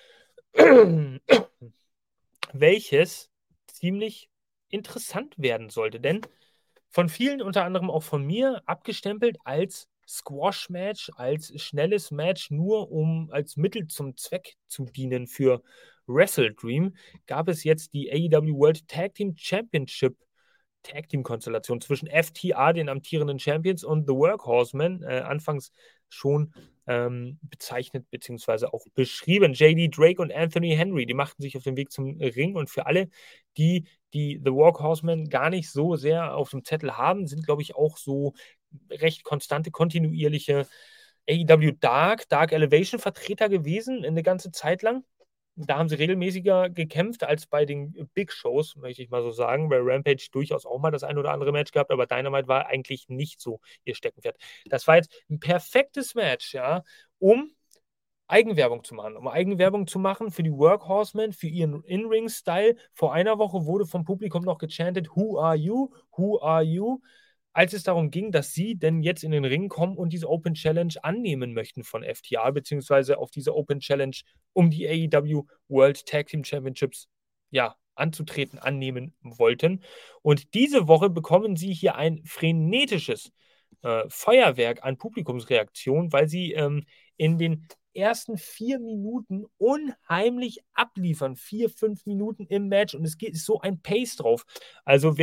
welches ziemlich interessant werden sollte. Denn von vielen, unter anderem auch von mir, abgestempelt als Squash-Match, als schnelles Match, nur um als Mittel zum Zweck zu dienen für Wrestle Dream, gab es jetzt die AEW World Tag Team Championship Tag Team Konstellation zwischen FTA, den amtierenden Champions, und The Workhorsemen, anfangs schon bezeichnet bzw. auch beschrieben. JD Drake und Anthony Henry, die machten sich auf den Weg zum Ring und für alle, die The Workhorsemen gar nicht so sehr auf dem Zettel haben, sind, glaube ich, auch so recht konstante, kontinuierliche AEW Dark Elevation Vertreter gewesen, eine ganze Zeit lang. Da haben sie regelmäßiger gekämpft als bei den Big Shows, möchte ich mal so sagen. Bei Rampage durchaus auch mal das ein oder andere Match gehabt, aber Dynamite war eigentlich nicht so ihr Steckenpferd. Das war jetzt ein perfektes Match, ja, um Eigenwerbung zu machen. Um Eigenwerbung zu machen für die Workhorsemen, für ihren In-Ring-Style. Vor einer Woche wurde vom Publikum noch gechantet, Who are you? Who are you? Als es darum ging, dass sie denn jetzt in den Ring kommen und diese Open Challenge annehmen möchten von FTA, beziehungsweise auf diese Open Challenge um die AEW World Tag Team Championships anzutreten, annehmen wollten. Und diese Woche bekommen sie hier ein frenetisches Feuerwerk an Publikumsreaktion, weil sie in den ersten 4 Minuten unheimlich abliefern. 4, 5 Minuten im Match und es ist so ein Pace drauf. Also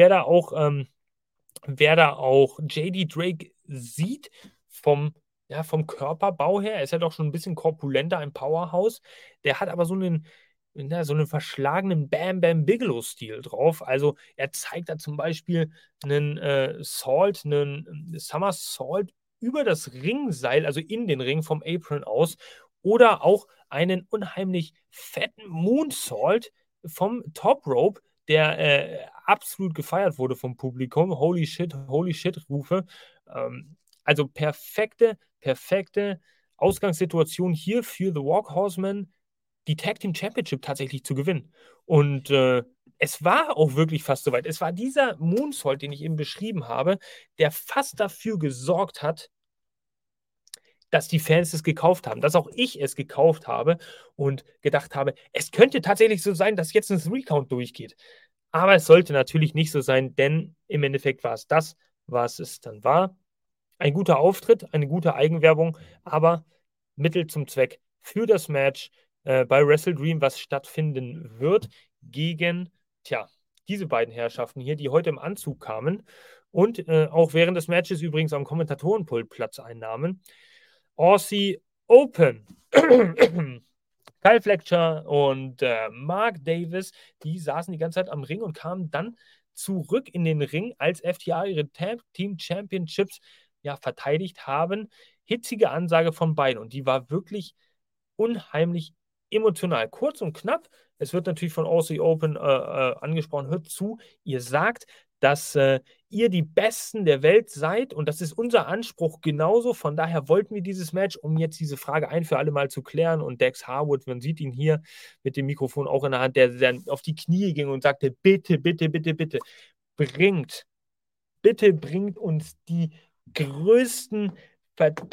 wer da auch JD Drake sieht, vom Körperbau her, er ist ja doch schon ein bisschen korpulenter, ein Powerhouse. Der hat aber so einen verschlagenen Bam Bam Bigelow-Stil drauf. Also er zeigt da zum Beispiel einen einen Somersault über das Ringseil, also in den Ring vom Apron aus. Oder auch einen unheimlich fetten Moonsault vom Top Rope, der absolut gefeiert wurde vom Publikum. Holy shit Rufe. Also perfekte Ausgangssituation hier für The Workhorsemen, die Tag Team Championship tatsächlich zu gewinnen. Und es war auch wirklich fast soweit. Es war dieser Moonsault, den ich eben beschrieben habe, der fast dafür gesorgt hat, dass die Fans es gekauft haben, dass auch ich es gekauft habe und gedacht habe, es könnte tatsächlich so sein, dass jetzt ein Three-Count durchgeht. Aber es sollte natürlich nicht so sein, denn im Endeffekt war es das, was es dann war. Ein guter Auftritt, eine gute Eigenwerbung, aber Mittel zum Zweck für das Match bei Wrestle Dream, was stattfinden wird, gegen, diese beiden Herrschaften hier, die heute im Anzug kamen und auch während des Matches übrigens am Kommentatorenpult Platz einnahmen. Aussie Open. Kyle Fletcher und Mark Davis, die saßen die ganze Zeit am Ring und kamen dann zurück in den Ring, als FTA ihre Tag Team Championships verteidigt haben. Hitzige Ansage von beiden und die war wirklich unheimlich emotional. Kurz und knapp. Es wird natürlich von Aussie Open angesprochen. Hört zu, ihr sagt, dass ihr die Besten der Welt seid und das ist unser Anspruch genauso. Von daher wollten wir dieses Match, um jetzt diese Frage ein für alle Mal zu klären. Und Dex Harwood, man sieht ihn hier mit dem Mikrofon auch in der Hand, der dann auf die Knie ging und sagte, bitte, bitte, bitte, bitte, bitte bringt uns die größten,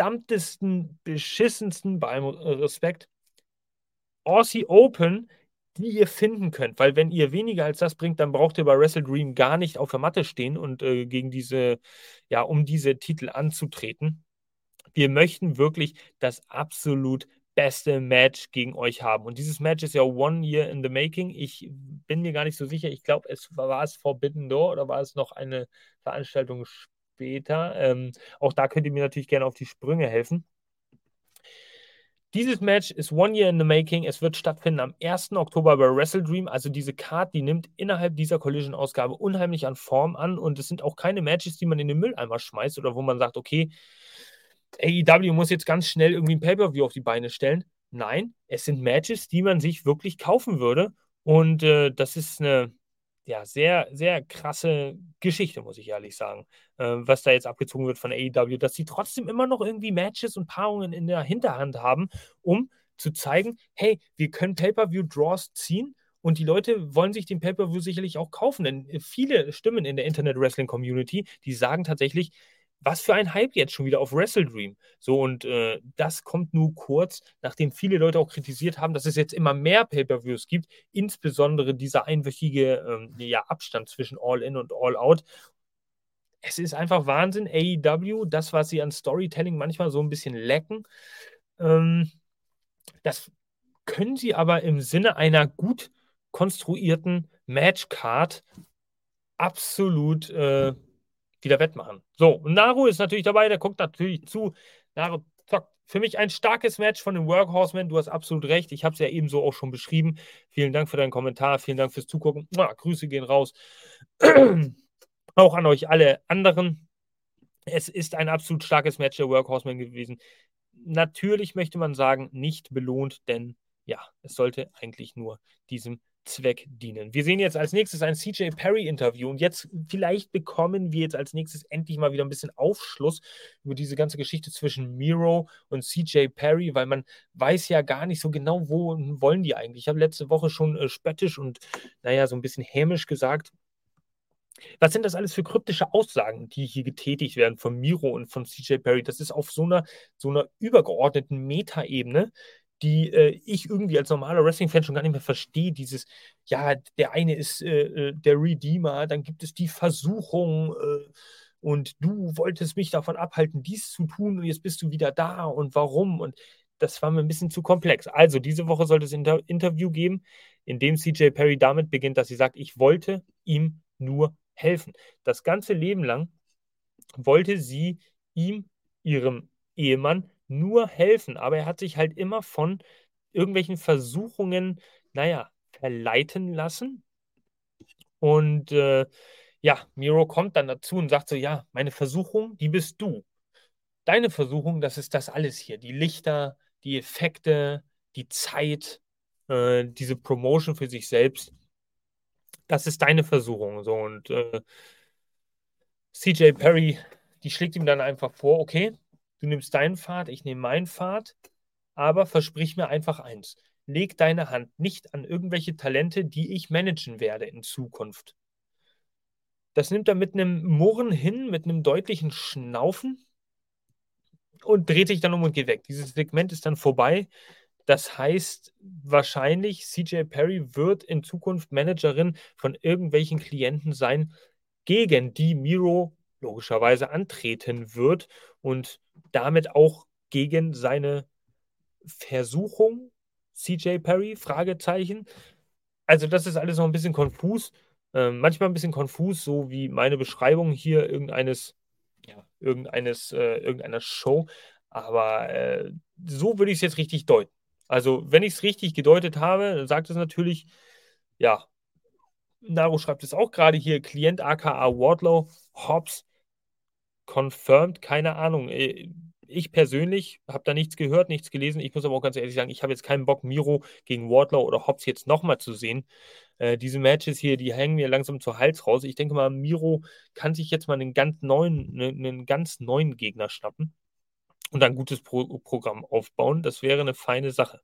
verdammtesten, beschissensten, bei allem Respekt, Aussie Open die ihr finden könnt. Weil wenn ihr weniger als das bringt, dann braucht ihr bei Wrestle Dream gar nicht auf der Matte stehen und gegen diese, ja, um diese Titel anzutreten. Wir möchten wirklich das absolut beste Match gegen euch haben. Und dieses Match ist ja 1 year in the making. Ich bin mir gar nicht so sicher. Ich glaube, war es Forbidden Door oder war es noch eine Veranstaltung später? Auch da könnt ihr mir natürlich gerne auf die Sprünge helfen. Dieses Match ist 1 year in the making. Es wird stattfinden am 1. Oktober bei Wrestle Dream. Also diese Card, die nimmt innerhalb dieser Collision-Ausgabe unheimlich an Form an. Und es sind auch keine Matches, die man in den Mülleimer schmeißt oder wo man sagt, okay, AEW muss jetzt ganz schnell irgendwie ein Pay-Per-View auf die Beine stellen. Nein, es sind Matches, die man sich wirklich kaufen würde. Und das ist eine, ja, sehr, sehr krasse Geschichte, muss ich ehrlich sagen, was da jetzt abgezogen wird von AEW, dass sie trotzdem immer noch irgendwie Matches und Paarungen in der Hinterhand haben, um zu zeigen, hey, wir können Pay-Per-View-Draws ziehen und die Leute wollen sich den Pay-Per-View sicherlich auch kaufen, denn viele Stimmen in der Internet-Wrestling-Community, die sagen tatsächlich, was für ein Hype jetzt schon wieder auf Wrestle Dream. So, und das kommt nur kurz, nachdem viele Leute auch kritisiert haben, dass es jetzt immer mehr Pay-Per-Views gibt, insbesondere dieser einwöchige ja, Abstand zwischen All-In und All-Out. Es ist einfach Wahnsinn. AEW, das, was sie an Storytelling manchmal so ein bisschen lecken, das können sie aber im Sinne einer gut konstruierten Matchcard absolut wieder wettmachen. So, und Naru ist natürlich dabei, der guckt natürlich zu. Naru zockt. Für mich ein starkes Match von den Workhorsemen. Du hast absolut recht. Ich habe es ja ebenso auch schon beschrieben. Vielen Dank für deinen Kommentar. Vielen Dank fürs Zugucken. Grüße gehen raus. Auch an euch alle anderen. Es ist ein absolut starkes Match der Workhorsemen gewesen. Natürlich möchte man sagen, nicht belohnt, denn ja, es sollte eigentlich nur diesem Zweck dienen. Wir sehen jetzt als nächstes ein CJ Perry-Interview und jetzt vielleicht bekommen wir jetzt als nächstes endlich mal wieder ein bisschen Aufschluss über diese ganze Geschichte zwischen Miro und CJ Perry, weil man weiß ja gar nicht so genau, wo wollen die eigentlich. Ich habe letzte Woche schon spöttisch und naja, so ein bisschen hämisch gesagt, was sind das alles für kryptische Aussagen, die hier getätigt werden von Miro und von CJ Perry? Das ist auf so einer übergeordneten Metaebene, die ich irgendwie als normaler Wrestling-Fan schon gar nicht mehr verstehe. Dieses, ja, der eine ist der Redeemer, dann gibt es die Versuchung und du wolltest mich davon abhalten, dies zu tun und jetzt bist du wieder da und warum? Und das war mir ein bisschen zu komplex. Also, diese Woche sollte es ein Interview geben, in dem CJ Perry damit beginnt, dass sie sagt, ich wollte ihm nur helfen. Das ganze Leben lang wollte sie ihm, ihrem Ehemann, nur helfen, aber er hat sich halt immer von irgendwelchen Versuchungen, naja, verleiten lassen. Und ja, Miro kommt dann dazu und sagt so, ja, meine Versuchung, die bist du. Deine Versuchung, das ist das alles hier. Die Lichter, die Effekte, die Zeit, diese Promotion für sich selbst. Das ist deine Versuchung. So, und CJ Perry, die schlägt ihm dann einfach vor, okay, du nimmst deinen Pfad, ich nehme meinen Pfad, aber versprich mir einfach eins. Leg deine Hand nicht an irgendwelche Talente, die ich managen werde in Zukunft. Das nimmt er mit einem Murren hin, mit einem deutlichen Schnaufen und dreht sich dann um und geht weg. Dieses Segment ist dann vorbei. Das heißt, wahrscheinlich CJ Perry wird in Zukunft Managerin von irgendwelchen Klienten sein, gegen die Miro logischerweise antreten wird und damit auch gegen seine Versuchung, CJ Perry, Fragezeichen. Also das ist alles noch ein bisschen konfus. Manchmal ein bisschen konfus, so wie meine Beschreibung hier irgendeiner Show. Aber so würde ich es jetzt richtig deuten. Also, wenn ich es richtig gedeutet habe, dann sagt es natürlich, ja, Naru schreibt es auch gerade hier, Klient aka Wardlow, Hobbs, confirmed, keine Ahnung. Ich persönlich habe da nichts gehört, nichts gelesen. Ich muss aber auch ganz ehrlich sagen, ich habe jetzt keinen Bock, Miro gegen Wardlow oder Hobbs jetzt nochmal zu sehen. Diese Matches hier, die hängen mir langsam zur Hals raus. Ich denke mal, Miro kann sich jetzt mal einen ganz neuen Gegner schnappen und ein gutes Programm aufbauen. Das wäre eine feine Sache.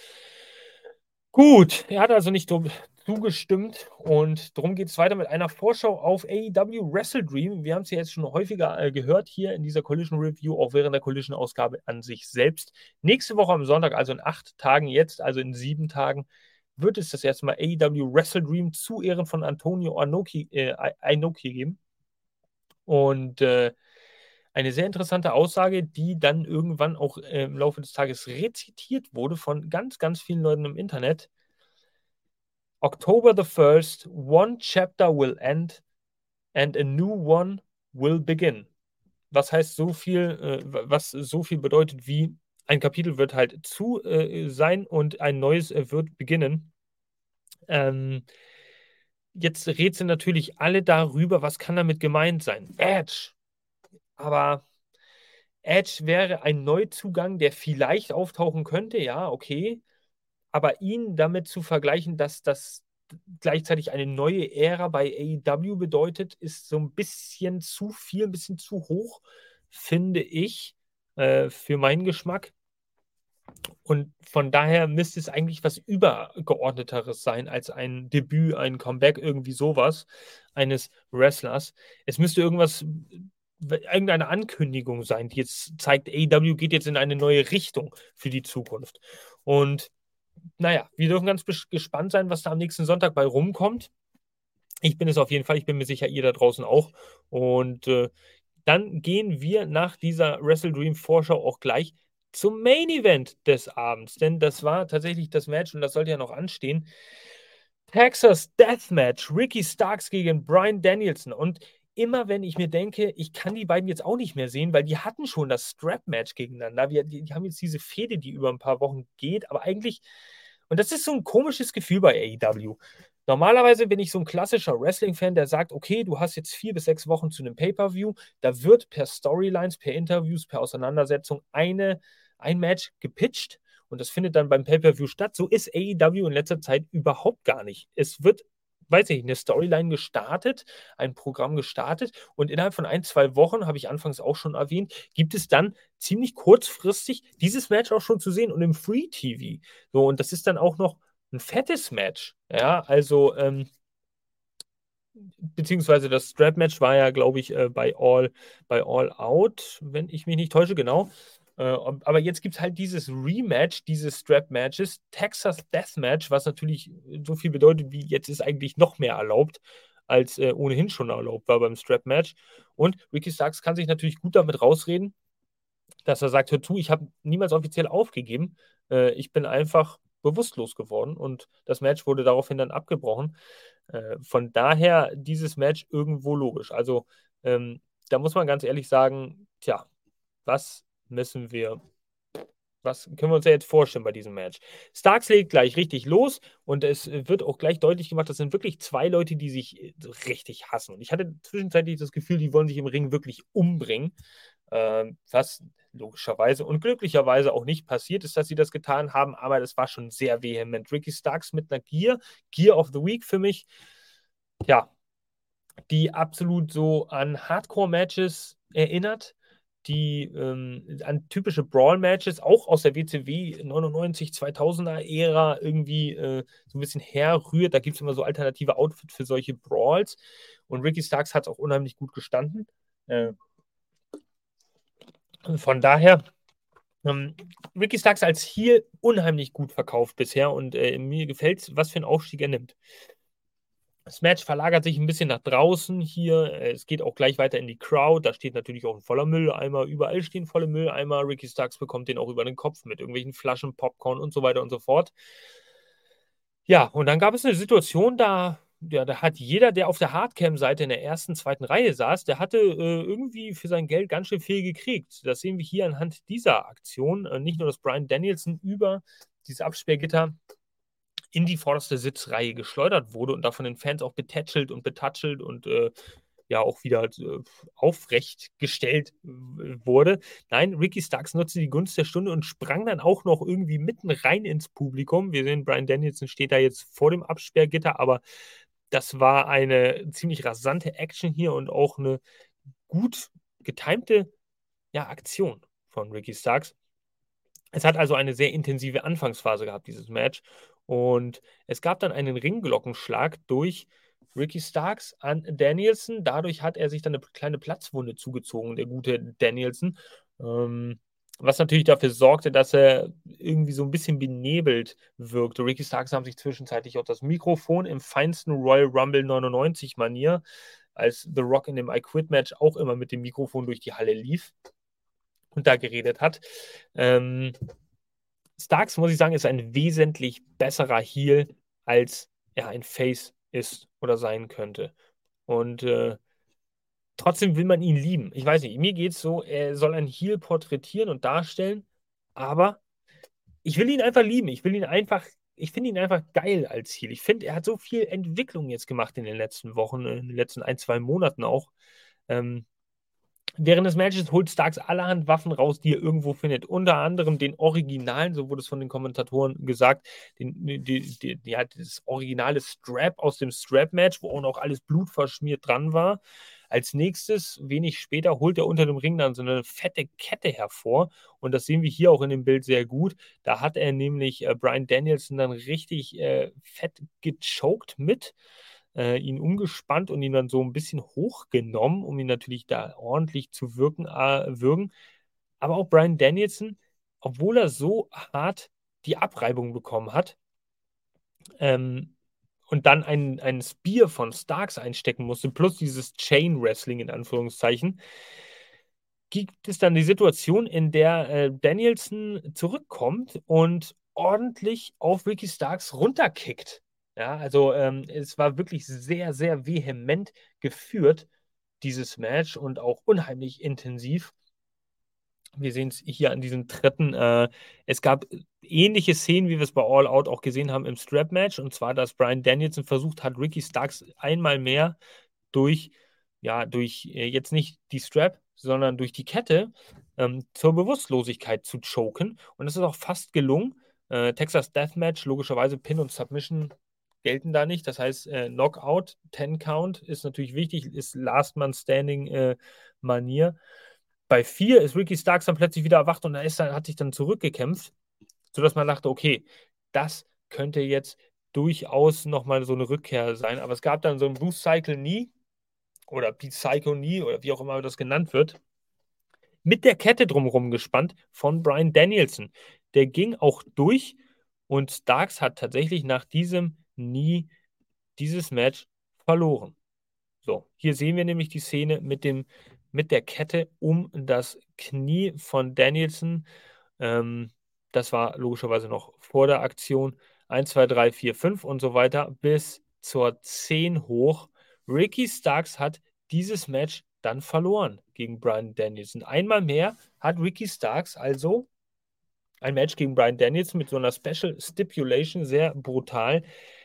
Gut, er hat also nicht zugestimmt und darum geht es weiter mit einer Vorschau auf AEW Wrestle Dream. Wir haben es ja jetzt schon häufiger gehört hier in dieser Collision Review, auch während der Collision-Ausgabe an sich selbst. Nächste Woche am Sonntag, also in 8 Tagen jetzt, also in 7 Tagen, wird es das erste Mal AEW Wrestle Dream zu Ehren von Antonio Inoki geben. Und eine sehr interessante Aussage, die dann irgendwann auch im Laufe des Tages rezitiert wurde von ganz, ganz vielen Leuten im Internet. October the 1st, one chapter will end and a new one will begin. Was heißt so viel, was so viel bedeutet wie ein Kapitel wird halt zu sein und ein neues wird beginnen. Jetzt rätseln natürlich alle darüber, was kann damit gemeint sein. Edge. Aber Edge wäre ein Neuzugang, der vielleicht auftauchen könnte, ja, okay. Aber ihn damit zu vergleichen, dass das gleichzeitig eine neue Ära bei AEW bedeutet, ist so ein bisschen zu viel, ein bisschen zu hoch, finde ich, für meinen Geschmack. Und von daher müsste es eigentlich was Übergeordneteres sein als ein Debüt, ein Comeback, irgendwie sowas eines Wrestlers. Es müsste irgendeine Ankündigung sein, die jetzt zeigt, AEW geht jetzt in eine neue Richtung für die Zukunft. Und naja, wir dürfen ganz gespannt sein, was da am nächsten Sonntag bei rumkommt. Ich bin es auf jeden Fall, ich bin mir sicher, ihr da draußen auch. Und dann gehen wir nach dieser Wrestle Dream Vorschau auch gleich zum Main Event des Abends, denn das war tatsächlich das Match und das sollte ja noch anstehen. Texas Deathmatch, Ricky Starks gegen Bryan Danielson. Und immer wenn ich mir denke, ich kann die beiden jetzt auch nicht mehr sehen, weil die hatten schon das Strap-Match gegeneinander. Die haben jetzt diese Fehde, die über ein paar Wochen geht, aber eigentlich, und das ist so ein komisches Gefühl bei AEW. Normalerweise bin ich so ein klassischer Wrestling-Fan, der sagt, okay, du hast jetzt 4 bis 6 Wochen zu einem Pay-Per-View, da wird per Storylines, per Interviews, per Auseinandersetzung ein Match gepitcht und das findet dann beim Pay-Per-View statt. So ist AEW in letzter Zeit überhaupt gar nicht. Es wird, weiß ich, eine Storyline gestartet, ein Programm gestartet und innerhalb von 1, 2 Wochen, habe ich anfangs auch schon erwähnt, gibt es dann ziemlich kurzfristig dieses Match auch schon zu sehen und im Free TV. So, und das ist dann auch noch ein fettes Match. Ja, also, beziehungsweise das Strap-Match war ja, glaube ich, bei All Out, wenn ich mich nicht täusche, genau. Aber jetzt gibt es halt dieses Rematch dieses Strap-Matches, Texas Deathmatch, was natürlich so viel bedeutet, wie jetzt ist eigentlich noch mehr erlaubt, als ohnehin schon erlaubt war beim Strap-Match. Und Ricky Starks kann sich natürlich gut damit rausreden, dass er sagt, hör zu, ich habe niemals offiziell aufgegeben. Ich bin einfach bewusstlos geworden und das Match wurde daraufhin dann abgebrochen. Von daher dieses Match irgendwo logisch. Also da muss man ganz ehrlich sagen, tja, was müssen wir, was können wir uns ja jetzt vorstellen bei diesem Match? Starks legt gleich richtig los und es wird auch gleich deutlich gemacht, das sind wirklich zwei Leute, die sich so richtig hassen. Und ich hatte zwischenzeitlich das Gefühl, die wollen sich im Ring wirklich umbringen. Was logischerweise und glücklicherweise auch nicht passiert ist, dass sie das getan haben, aber das war schon sehr vehement. Ricky Starks mit einer Gear of the Week für mich, ja, die absolut so an Hardcore-Matches erinnert, die an typische Brawl-Matches, auch aus der WCW 99, 2000er-Ära irgendwie so ein bisschen herrührt. Da gibt es immer so alternative Outfits für solche Brawls. Und Ricky Starks hat es auch unheimlich gut gestanden. Von daher, Ricky Starks als Heel unheimlich gut verkauft bisher und mir gefällt es, was für einen Aufstieg er nimmt. Das Match verlagert sich ein bisschen nach draußen hier. Es geht auch gleich weiter in die Crowd. Da steht natürlich auch ein voller Mülleimer. Überall stehen volle Mülleimer. Ricky Starks bekommt den auch über den Kopf mit irgendwelchen Flaschen, Popcorn und so weiter und so fort. Ja, und dann gab es eine Situation, da hat jeder, der auf der Hardcam-Seite in der ersten, zweiten Reihe saß, der hatte irgendwie für sein Geld ganz schön viel gekriegt. Das sehen wir hier anhand dieser Aktion. Nicht nur, dass Bryan Danielson über dieses Absperrgitter in die vorderste Sitzreihe geschleudert wurde und da von den Fans auch betätschelt und betatschelt und ja auch wieder aufrecht gestellt wurde. Nein, Ricky Starks nutzte die Gunst der Stunde und sprang dann auch noch irgendwie mitten rein ins Publikum. Wir sehen, Bryan Danielson steht da jetzt vor dem Absperrgitter, aber das war eine ziemlich rasante Action hier und auch eine gut getimte ja, Aktion von Ricky Starks. Es hat also eine sehr intensive Anfangsphase gehabt, dieses Match. Und es gab dann einen Ringglockenschlag durch Ricky Starks an Danielson. Dadurch hat er sich dann eine kleine Platzwunde zugezogen, der gute Danielson. Was natürlich dafür sorgte, dass er irgendwie so ein bisschen benebelt wirkte. Ricky Starks haben sich zwischenzeitlich auch das Mikrofon im feinsten Royal Rumble 99-Manier, als The Rock in dem I Quit-Match auch immer mit dem Mikrofon durch die Halle lief und da geredet hat. Starks, muss ich sagen, ist ein wesentlich besserer Heel, als er ein Face ist oder sein könnte. Und trotzdem will man ihn lieben. Ich weiß nicht, mir geht es so, er soll ein Heel porträtieren und darstellen, aber ich will ihn einfach lieben. Ich finde ihn einfach geil als Heel. Ich finde, er hat so viel Entwicklung jetzt gemacht in den letzten Wochen, in den letzten ein, zwei Monaten auch. Ähm, Während des Matches holt Starks allerhand Waffen raus, die er irgendwo findet. Unter anderem den originalen, so wurde es von den Kommentatoren gesagt, ja, das originale Strap aus dem Strap-Match, wo auch noch alles blutverschmiert dran war. Als nächstes, wenig später, holt er unter dem Ring dann so eine fette Kette hervor. Und das sehen wir hier auch in dem Bild sehr gut. Da hat er nämlich Bryan Danielson dann richtig fett gechoked mit, ihn umgespannt und ihn dann so ein bisschen hochgenommen, um ihn natürlich da ordentlich zu würgen. Aber auch Bryan Danielson, obwohl er so hart die Abreibung bekommen hat, ähm, und dann einen Spear von Starks einstecken musste, plus dieses Chain Wrestling in Anführungszeichen, gibt es dann die Situation, in der Danielson zurückkommt und ordentlich auf Ricky Starks runterkickt. Ja, also es war wirklich sehr, sehr vehement geführt, dieses Match, und auch unheimlich intensiv. Wir sehen es hier an diesen Tritten. Es gab ähnliche Szenen, wie wir es bei All Out auch gesehen haben im Strap-Match. Und zwar, dass Bryan Danielson versucht hat, Ricky Starks einmal mehr durch, ja, durch jetzt nicht die Strap, sondern durch die Kette zur Bewusstlosigkeit zu choken. Und das ist auch fast gelungen. Texas Deathmatch, logischerweise Pin und Submission gelten da nicht. Das heißt, Knockout, 10 Count ist natürlich wichtig, ist Last Man Standing Manier. Bei 4 ist Ricky Starks dann plötzlich wieder erwacht und hat sich dann zurückgekämpft, sodass man dachte, okay, das könnte jetzt durchaus nochmal so eine Rückkehr sein. Aber es gab dann so ein Boost Cycle Knee oder Beat Psycho Knee oder wie auch immer das genannt wird, mit der Kette drumherum gespannt von Bryan Danielson. Der ging auch durch und Starks hat tatsächlich nach diesem Knee dieses Match verloren. So, hier sehen wir nämlich die Szene mit der Kette um das Knie von Danielson. Das war logischerweise noch vor der Aktion. 1, 2, 3, 4, 5 und so weiter bis zur 10 hoch. Ricky Starks hat dieses Match dann verloren gegen Bryan Danielson. Einmal mehr hat Ricky Starks also ein Match gegen Bryan Danielson mit so einer Special Stipulation, sehr brutal,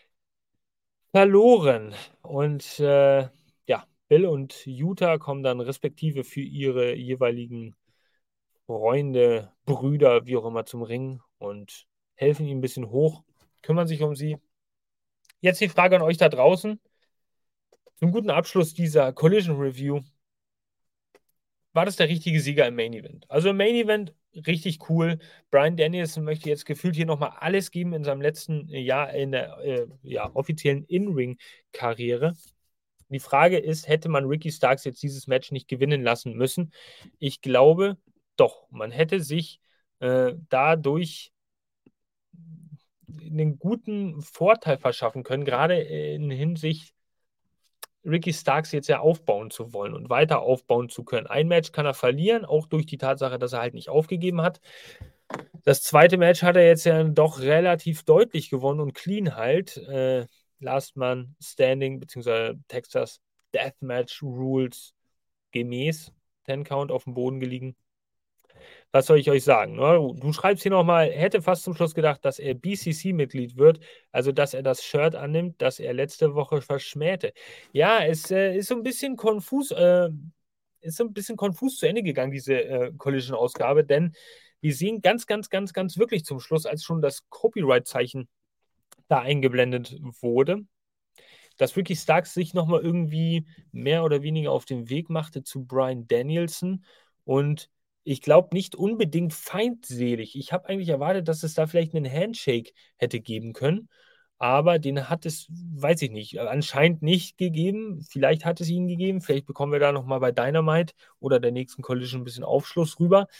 verloren. Und ja, Bill und Utah kommen dann respektive für ihre jeweiligen Freunde, Brüder, wie auch immer, zum Ring und helfen ihm ein bisschen hoch, kümmern sich um sie. Jetzt die Frage an euch da draußen. Zum guten Abschluss dieser Collision Review. War das der richtige Sieger im Main Event? Also im Main Event richtig cool. Bryan Danielson möchte jetzt gefühlt hier nochmal alles geben in seinem letzten Jahr in der ja, offiziellen In-Ring-Karriere. Die Frage ist, hätte man Ricky Starks jetzt dieses Match nicht gewinnen lassen müssen? Ich glaube doch. Man hätte sich dadurch einen guten Vorteil verschaffen können, gerade in Hinsicht, Ricky Starks jetzt ja aufbauen zu wollen und weiter aufbauen zu können. Ein Match kann er verlieren, auch durch die Tatsache, dass er halt nicht aufgegeben hat. Das zweite Match hat er jetzt ja doch relativ deutlich gewonnen und clean halt. Last Man Standing, beziehungsweise Texas Deathmatch Rules gemäß. 10 Count auf dem Boden gelegen. Was soll ich euch sagen? Ne? Du schreibst hier nochmal, hätte fast zum Schluss gedacht, dass er BCC-Mitglied wird, also dass er das Shirt annimmt, das er letzte Woche verschmähte. Ja, es ist so ein bisschen konfus, zu Ende gegangen, diese Collision-Ausgabe, denn wir sehen ganz, ganz, ganz, ganz wirklich zum Schluss, als schon das Copyright-Zeichen da eingeblendet wurde, dass Ricky Starks sich nochmal irgendwie mehr oder weniger auf den Weg machte zu Bryan Danielson und ich glaube nicht unbedingt feindselig. Ich habe eigentlich erwartet, dass es da vielleicht einen Handshake hätte geben können, aber den hat es, weiß ich nicht, anscheinend nicht gegeben. Vielleicht hat es ihn gegeben, vielleicht bekommen wir da nochmal bei Dynamite oder der nächsten Collision ein bisschen Aufschluss rüber.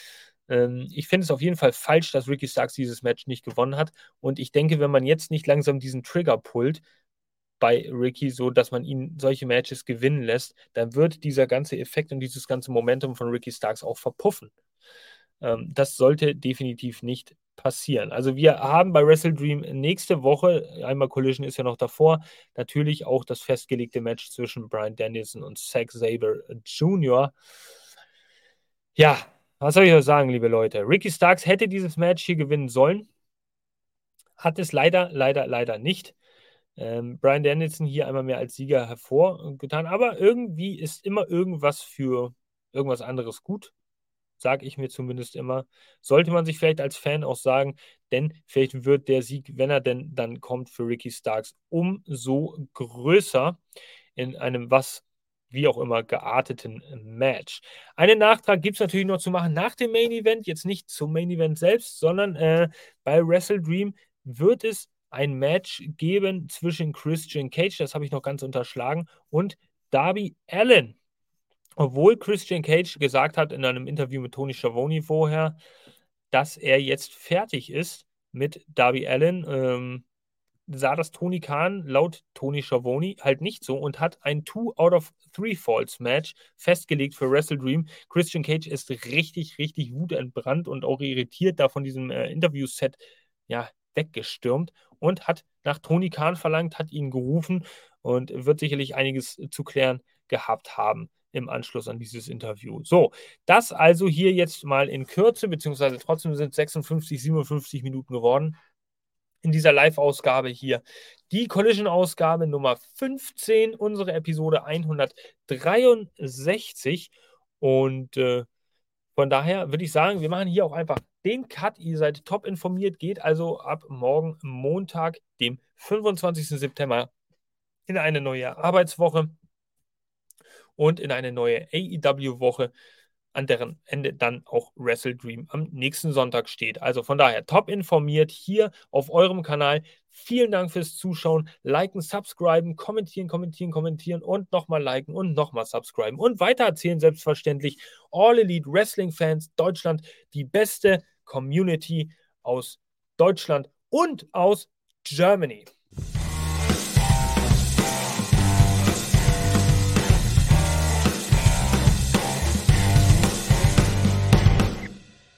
Ich finde es auf jeden Fall falsch, dass Ricky Starks dieses Match nicht gewonnen hat. Und ich denke, wenn man jetzt nicht langsam diesen Trigger pullt bei Ricky, so dass man ihn solche Matches gewinnen lässt, dann wird dieser ganze Effekt und dieses ganze Momentum von Ricky Starks auch verpuffen. Das sollte definitiv nicht passieren. Also wir haben bei Wrestle Dream nächste Woche, einmal Collision ist ja noch davor, natürlich auch das festgelegte Match zwischen Bryan Danielson und Zack Sabre Jr. Ja, was soll ich noch sagen, liebe Leute? Ricky Starks hätte dieses Match hier gewinnen sollen, hat es leider nicht. Bryan Danielson hier einmal mehr als Sieger hervorgetan, aber irgendwie ist immer irgendwas für irgendwas anderes gut, sage ich mir zumindest immer. Sollte man sich vielleicht als Fan auch sagen, denn vielleicht wird der Sieg, wenn er denn dann kommt, für Ricky Starks umso größer in einem wie auch immer gearteten Match. Einen Nachtrag gibt es natürlich noch zu machen nach dem Main Event, jetzt nicht zum Main Event selbst, sondern bei Wrestle Dream wird es ein Match geben zwischen Christian Cage, das habe ich noch ganz unterschlagen, und Darby Allin. Obwohl Christian Cage gesagt hat in einem Interview mit Tony Schiavone vorher, dass er jetzt fertig ist mit Darby Allin, sah das Tony Khan laut Tony Schiavone halt nicht so und hat ein 2-out-of-3 Falls Match festgelegt für Wrestle Dream. Christian Cage ist richtig wutentbrannt und auch irritiert da von diesem Interview-Set ja, weggestürmt und hat nach Tony Khan verlangt, hat ihn gerufen und wird sicherlich einiges zu klären gehabt haben im Anschluss an dieses Interview. So, das also hier jetzt mal in Kürze, beziehungsweise trotzdem sind es 56, 57 Minuten geworden in dieser Live-Ausgabe hier. Die Collision-Ausgabe Nummer 15, unsere Episode 163. Und von daher würde ich sagen, wir machen hier auch einfach den Cut. Ihr seid top informiert, geht also ab morgen Montag, dem 25. September, in eine neue Arbeitswoche und in eine neue AEW-Woche, an deren Ende dann auch Wrestle Dream am nächsten Sonntag steht. Also von daher top informiert hier auf eurem Kanal. Vielen Dank fürs Zuschauen. Liken, subscriben, kommentieren und nochmal liken und nochmal subscriben und weitererzählen selbstverständlich. All Elite Wrestling Fans Deutschland, die beste Community aus Deutschland und aus Germany.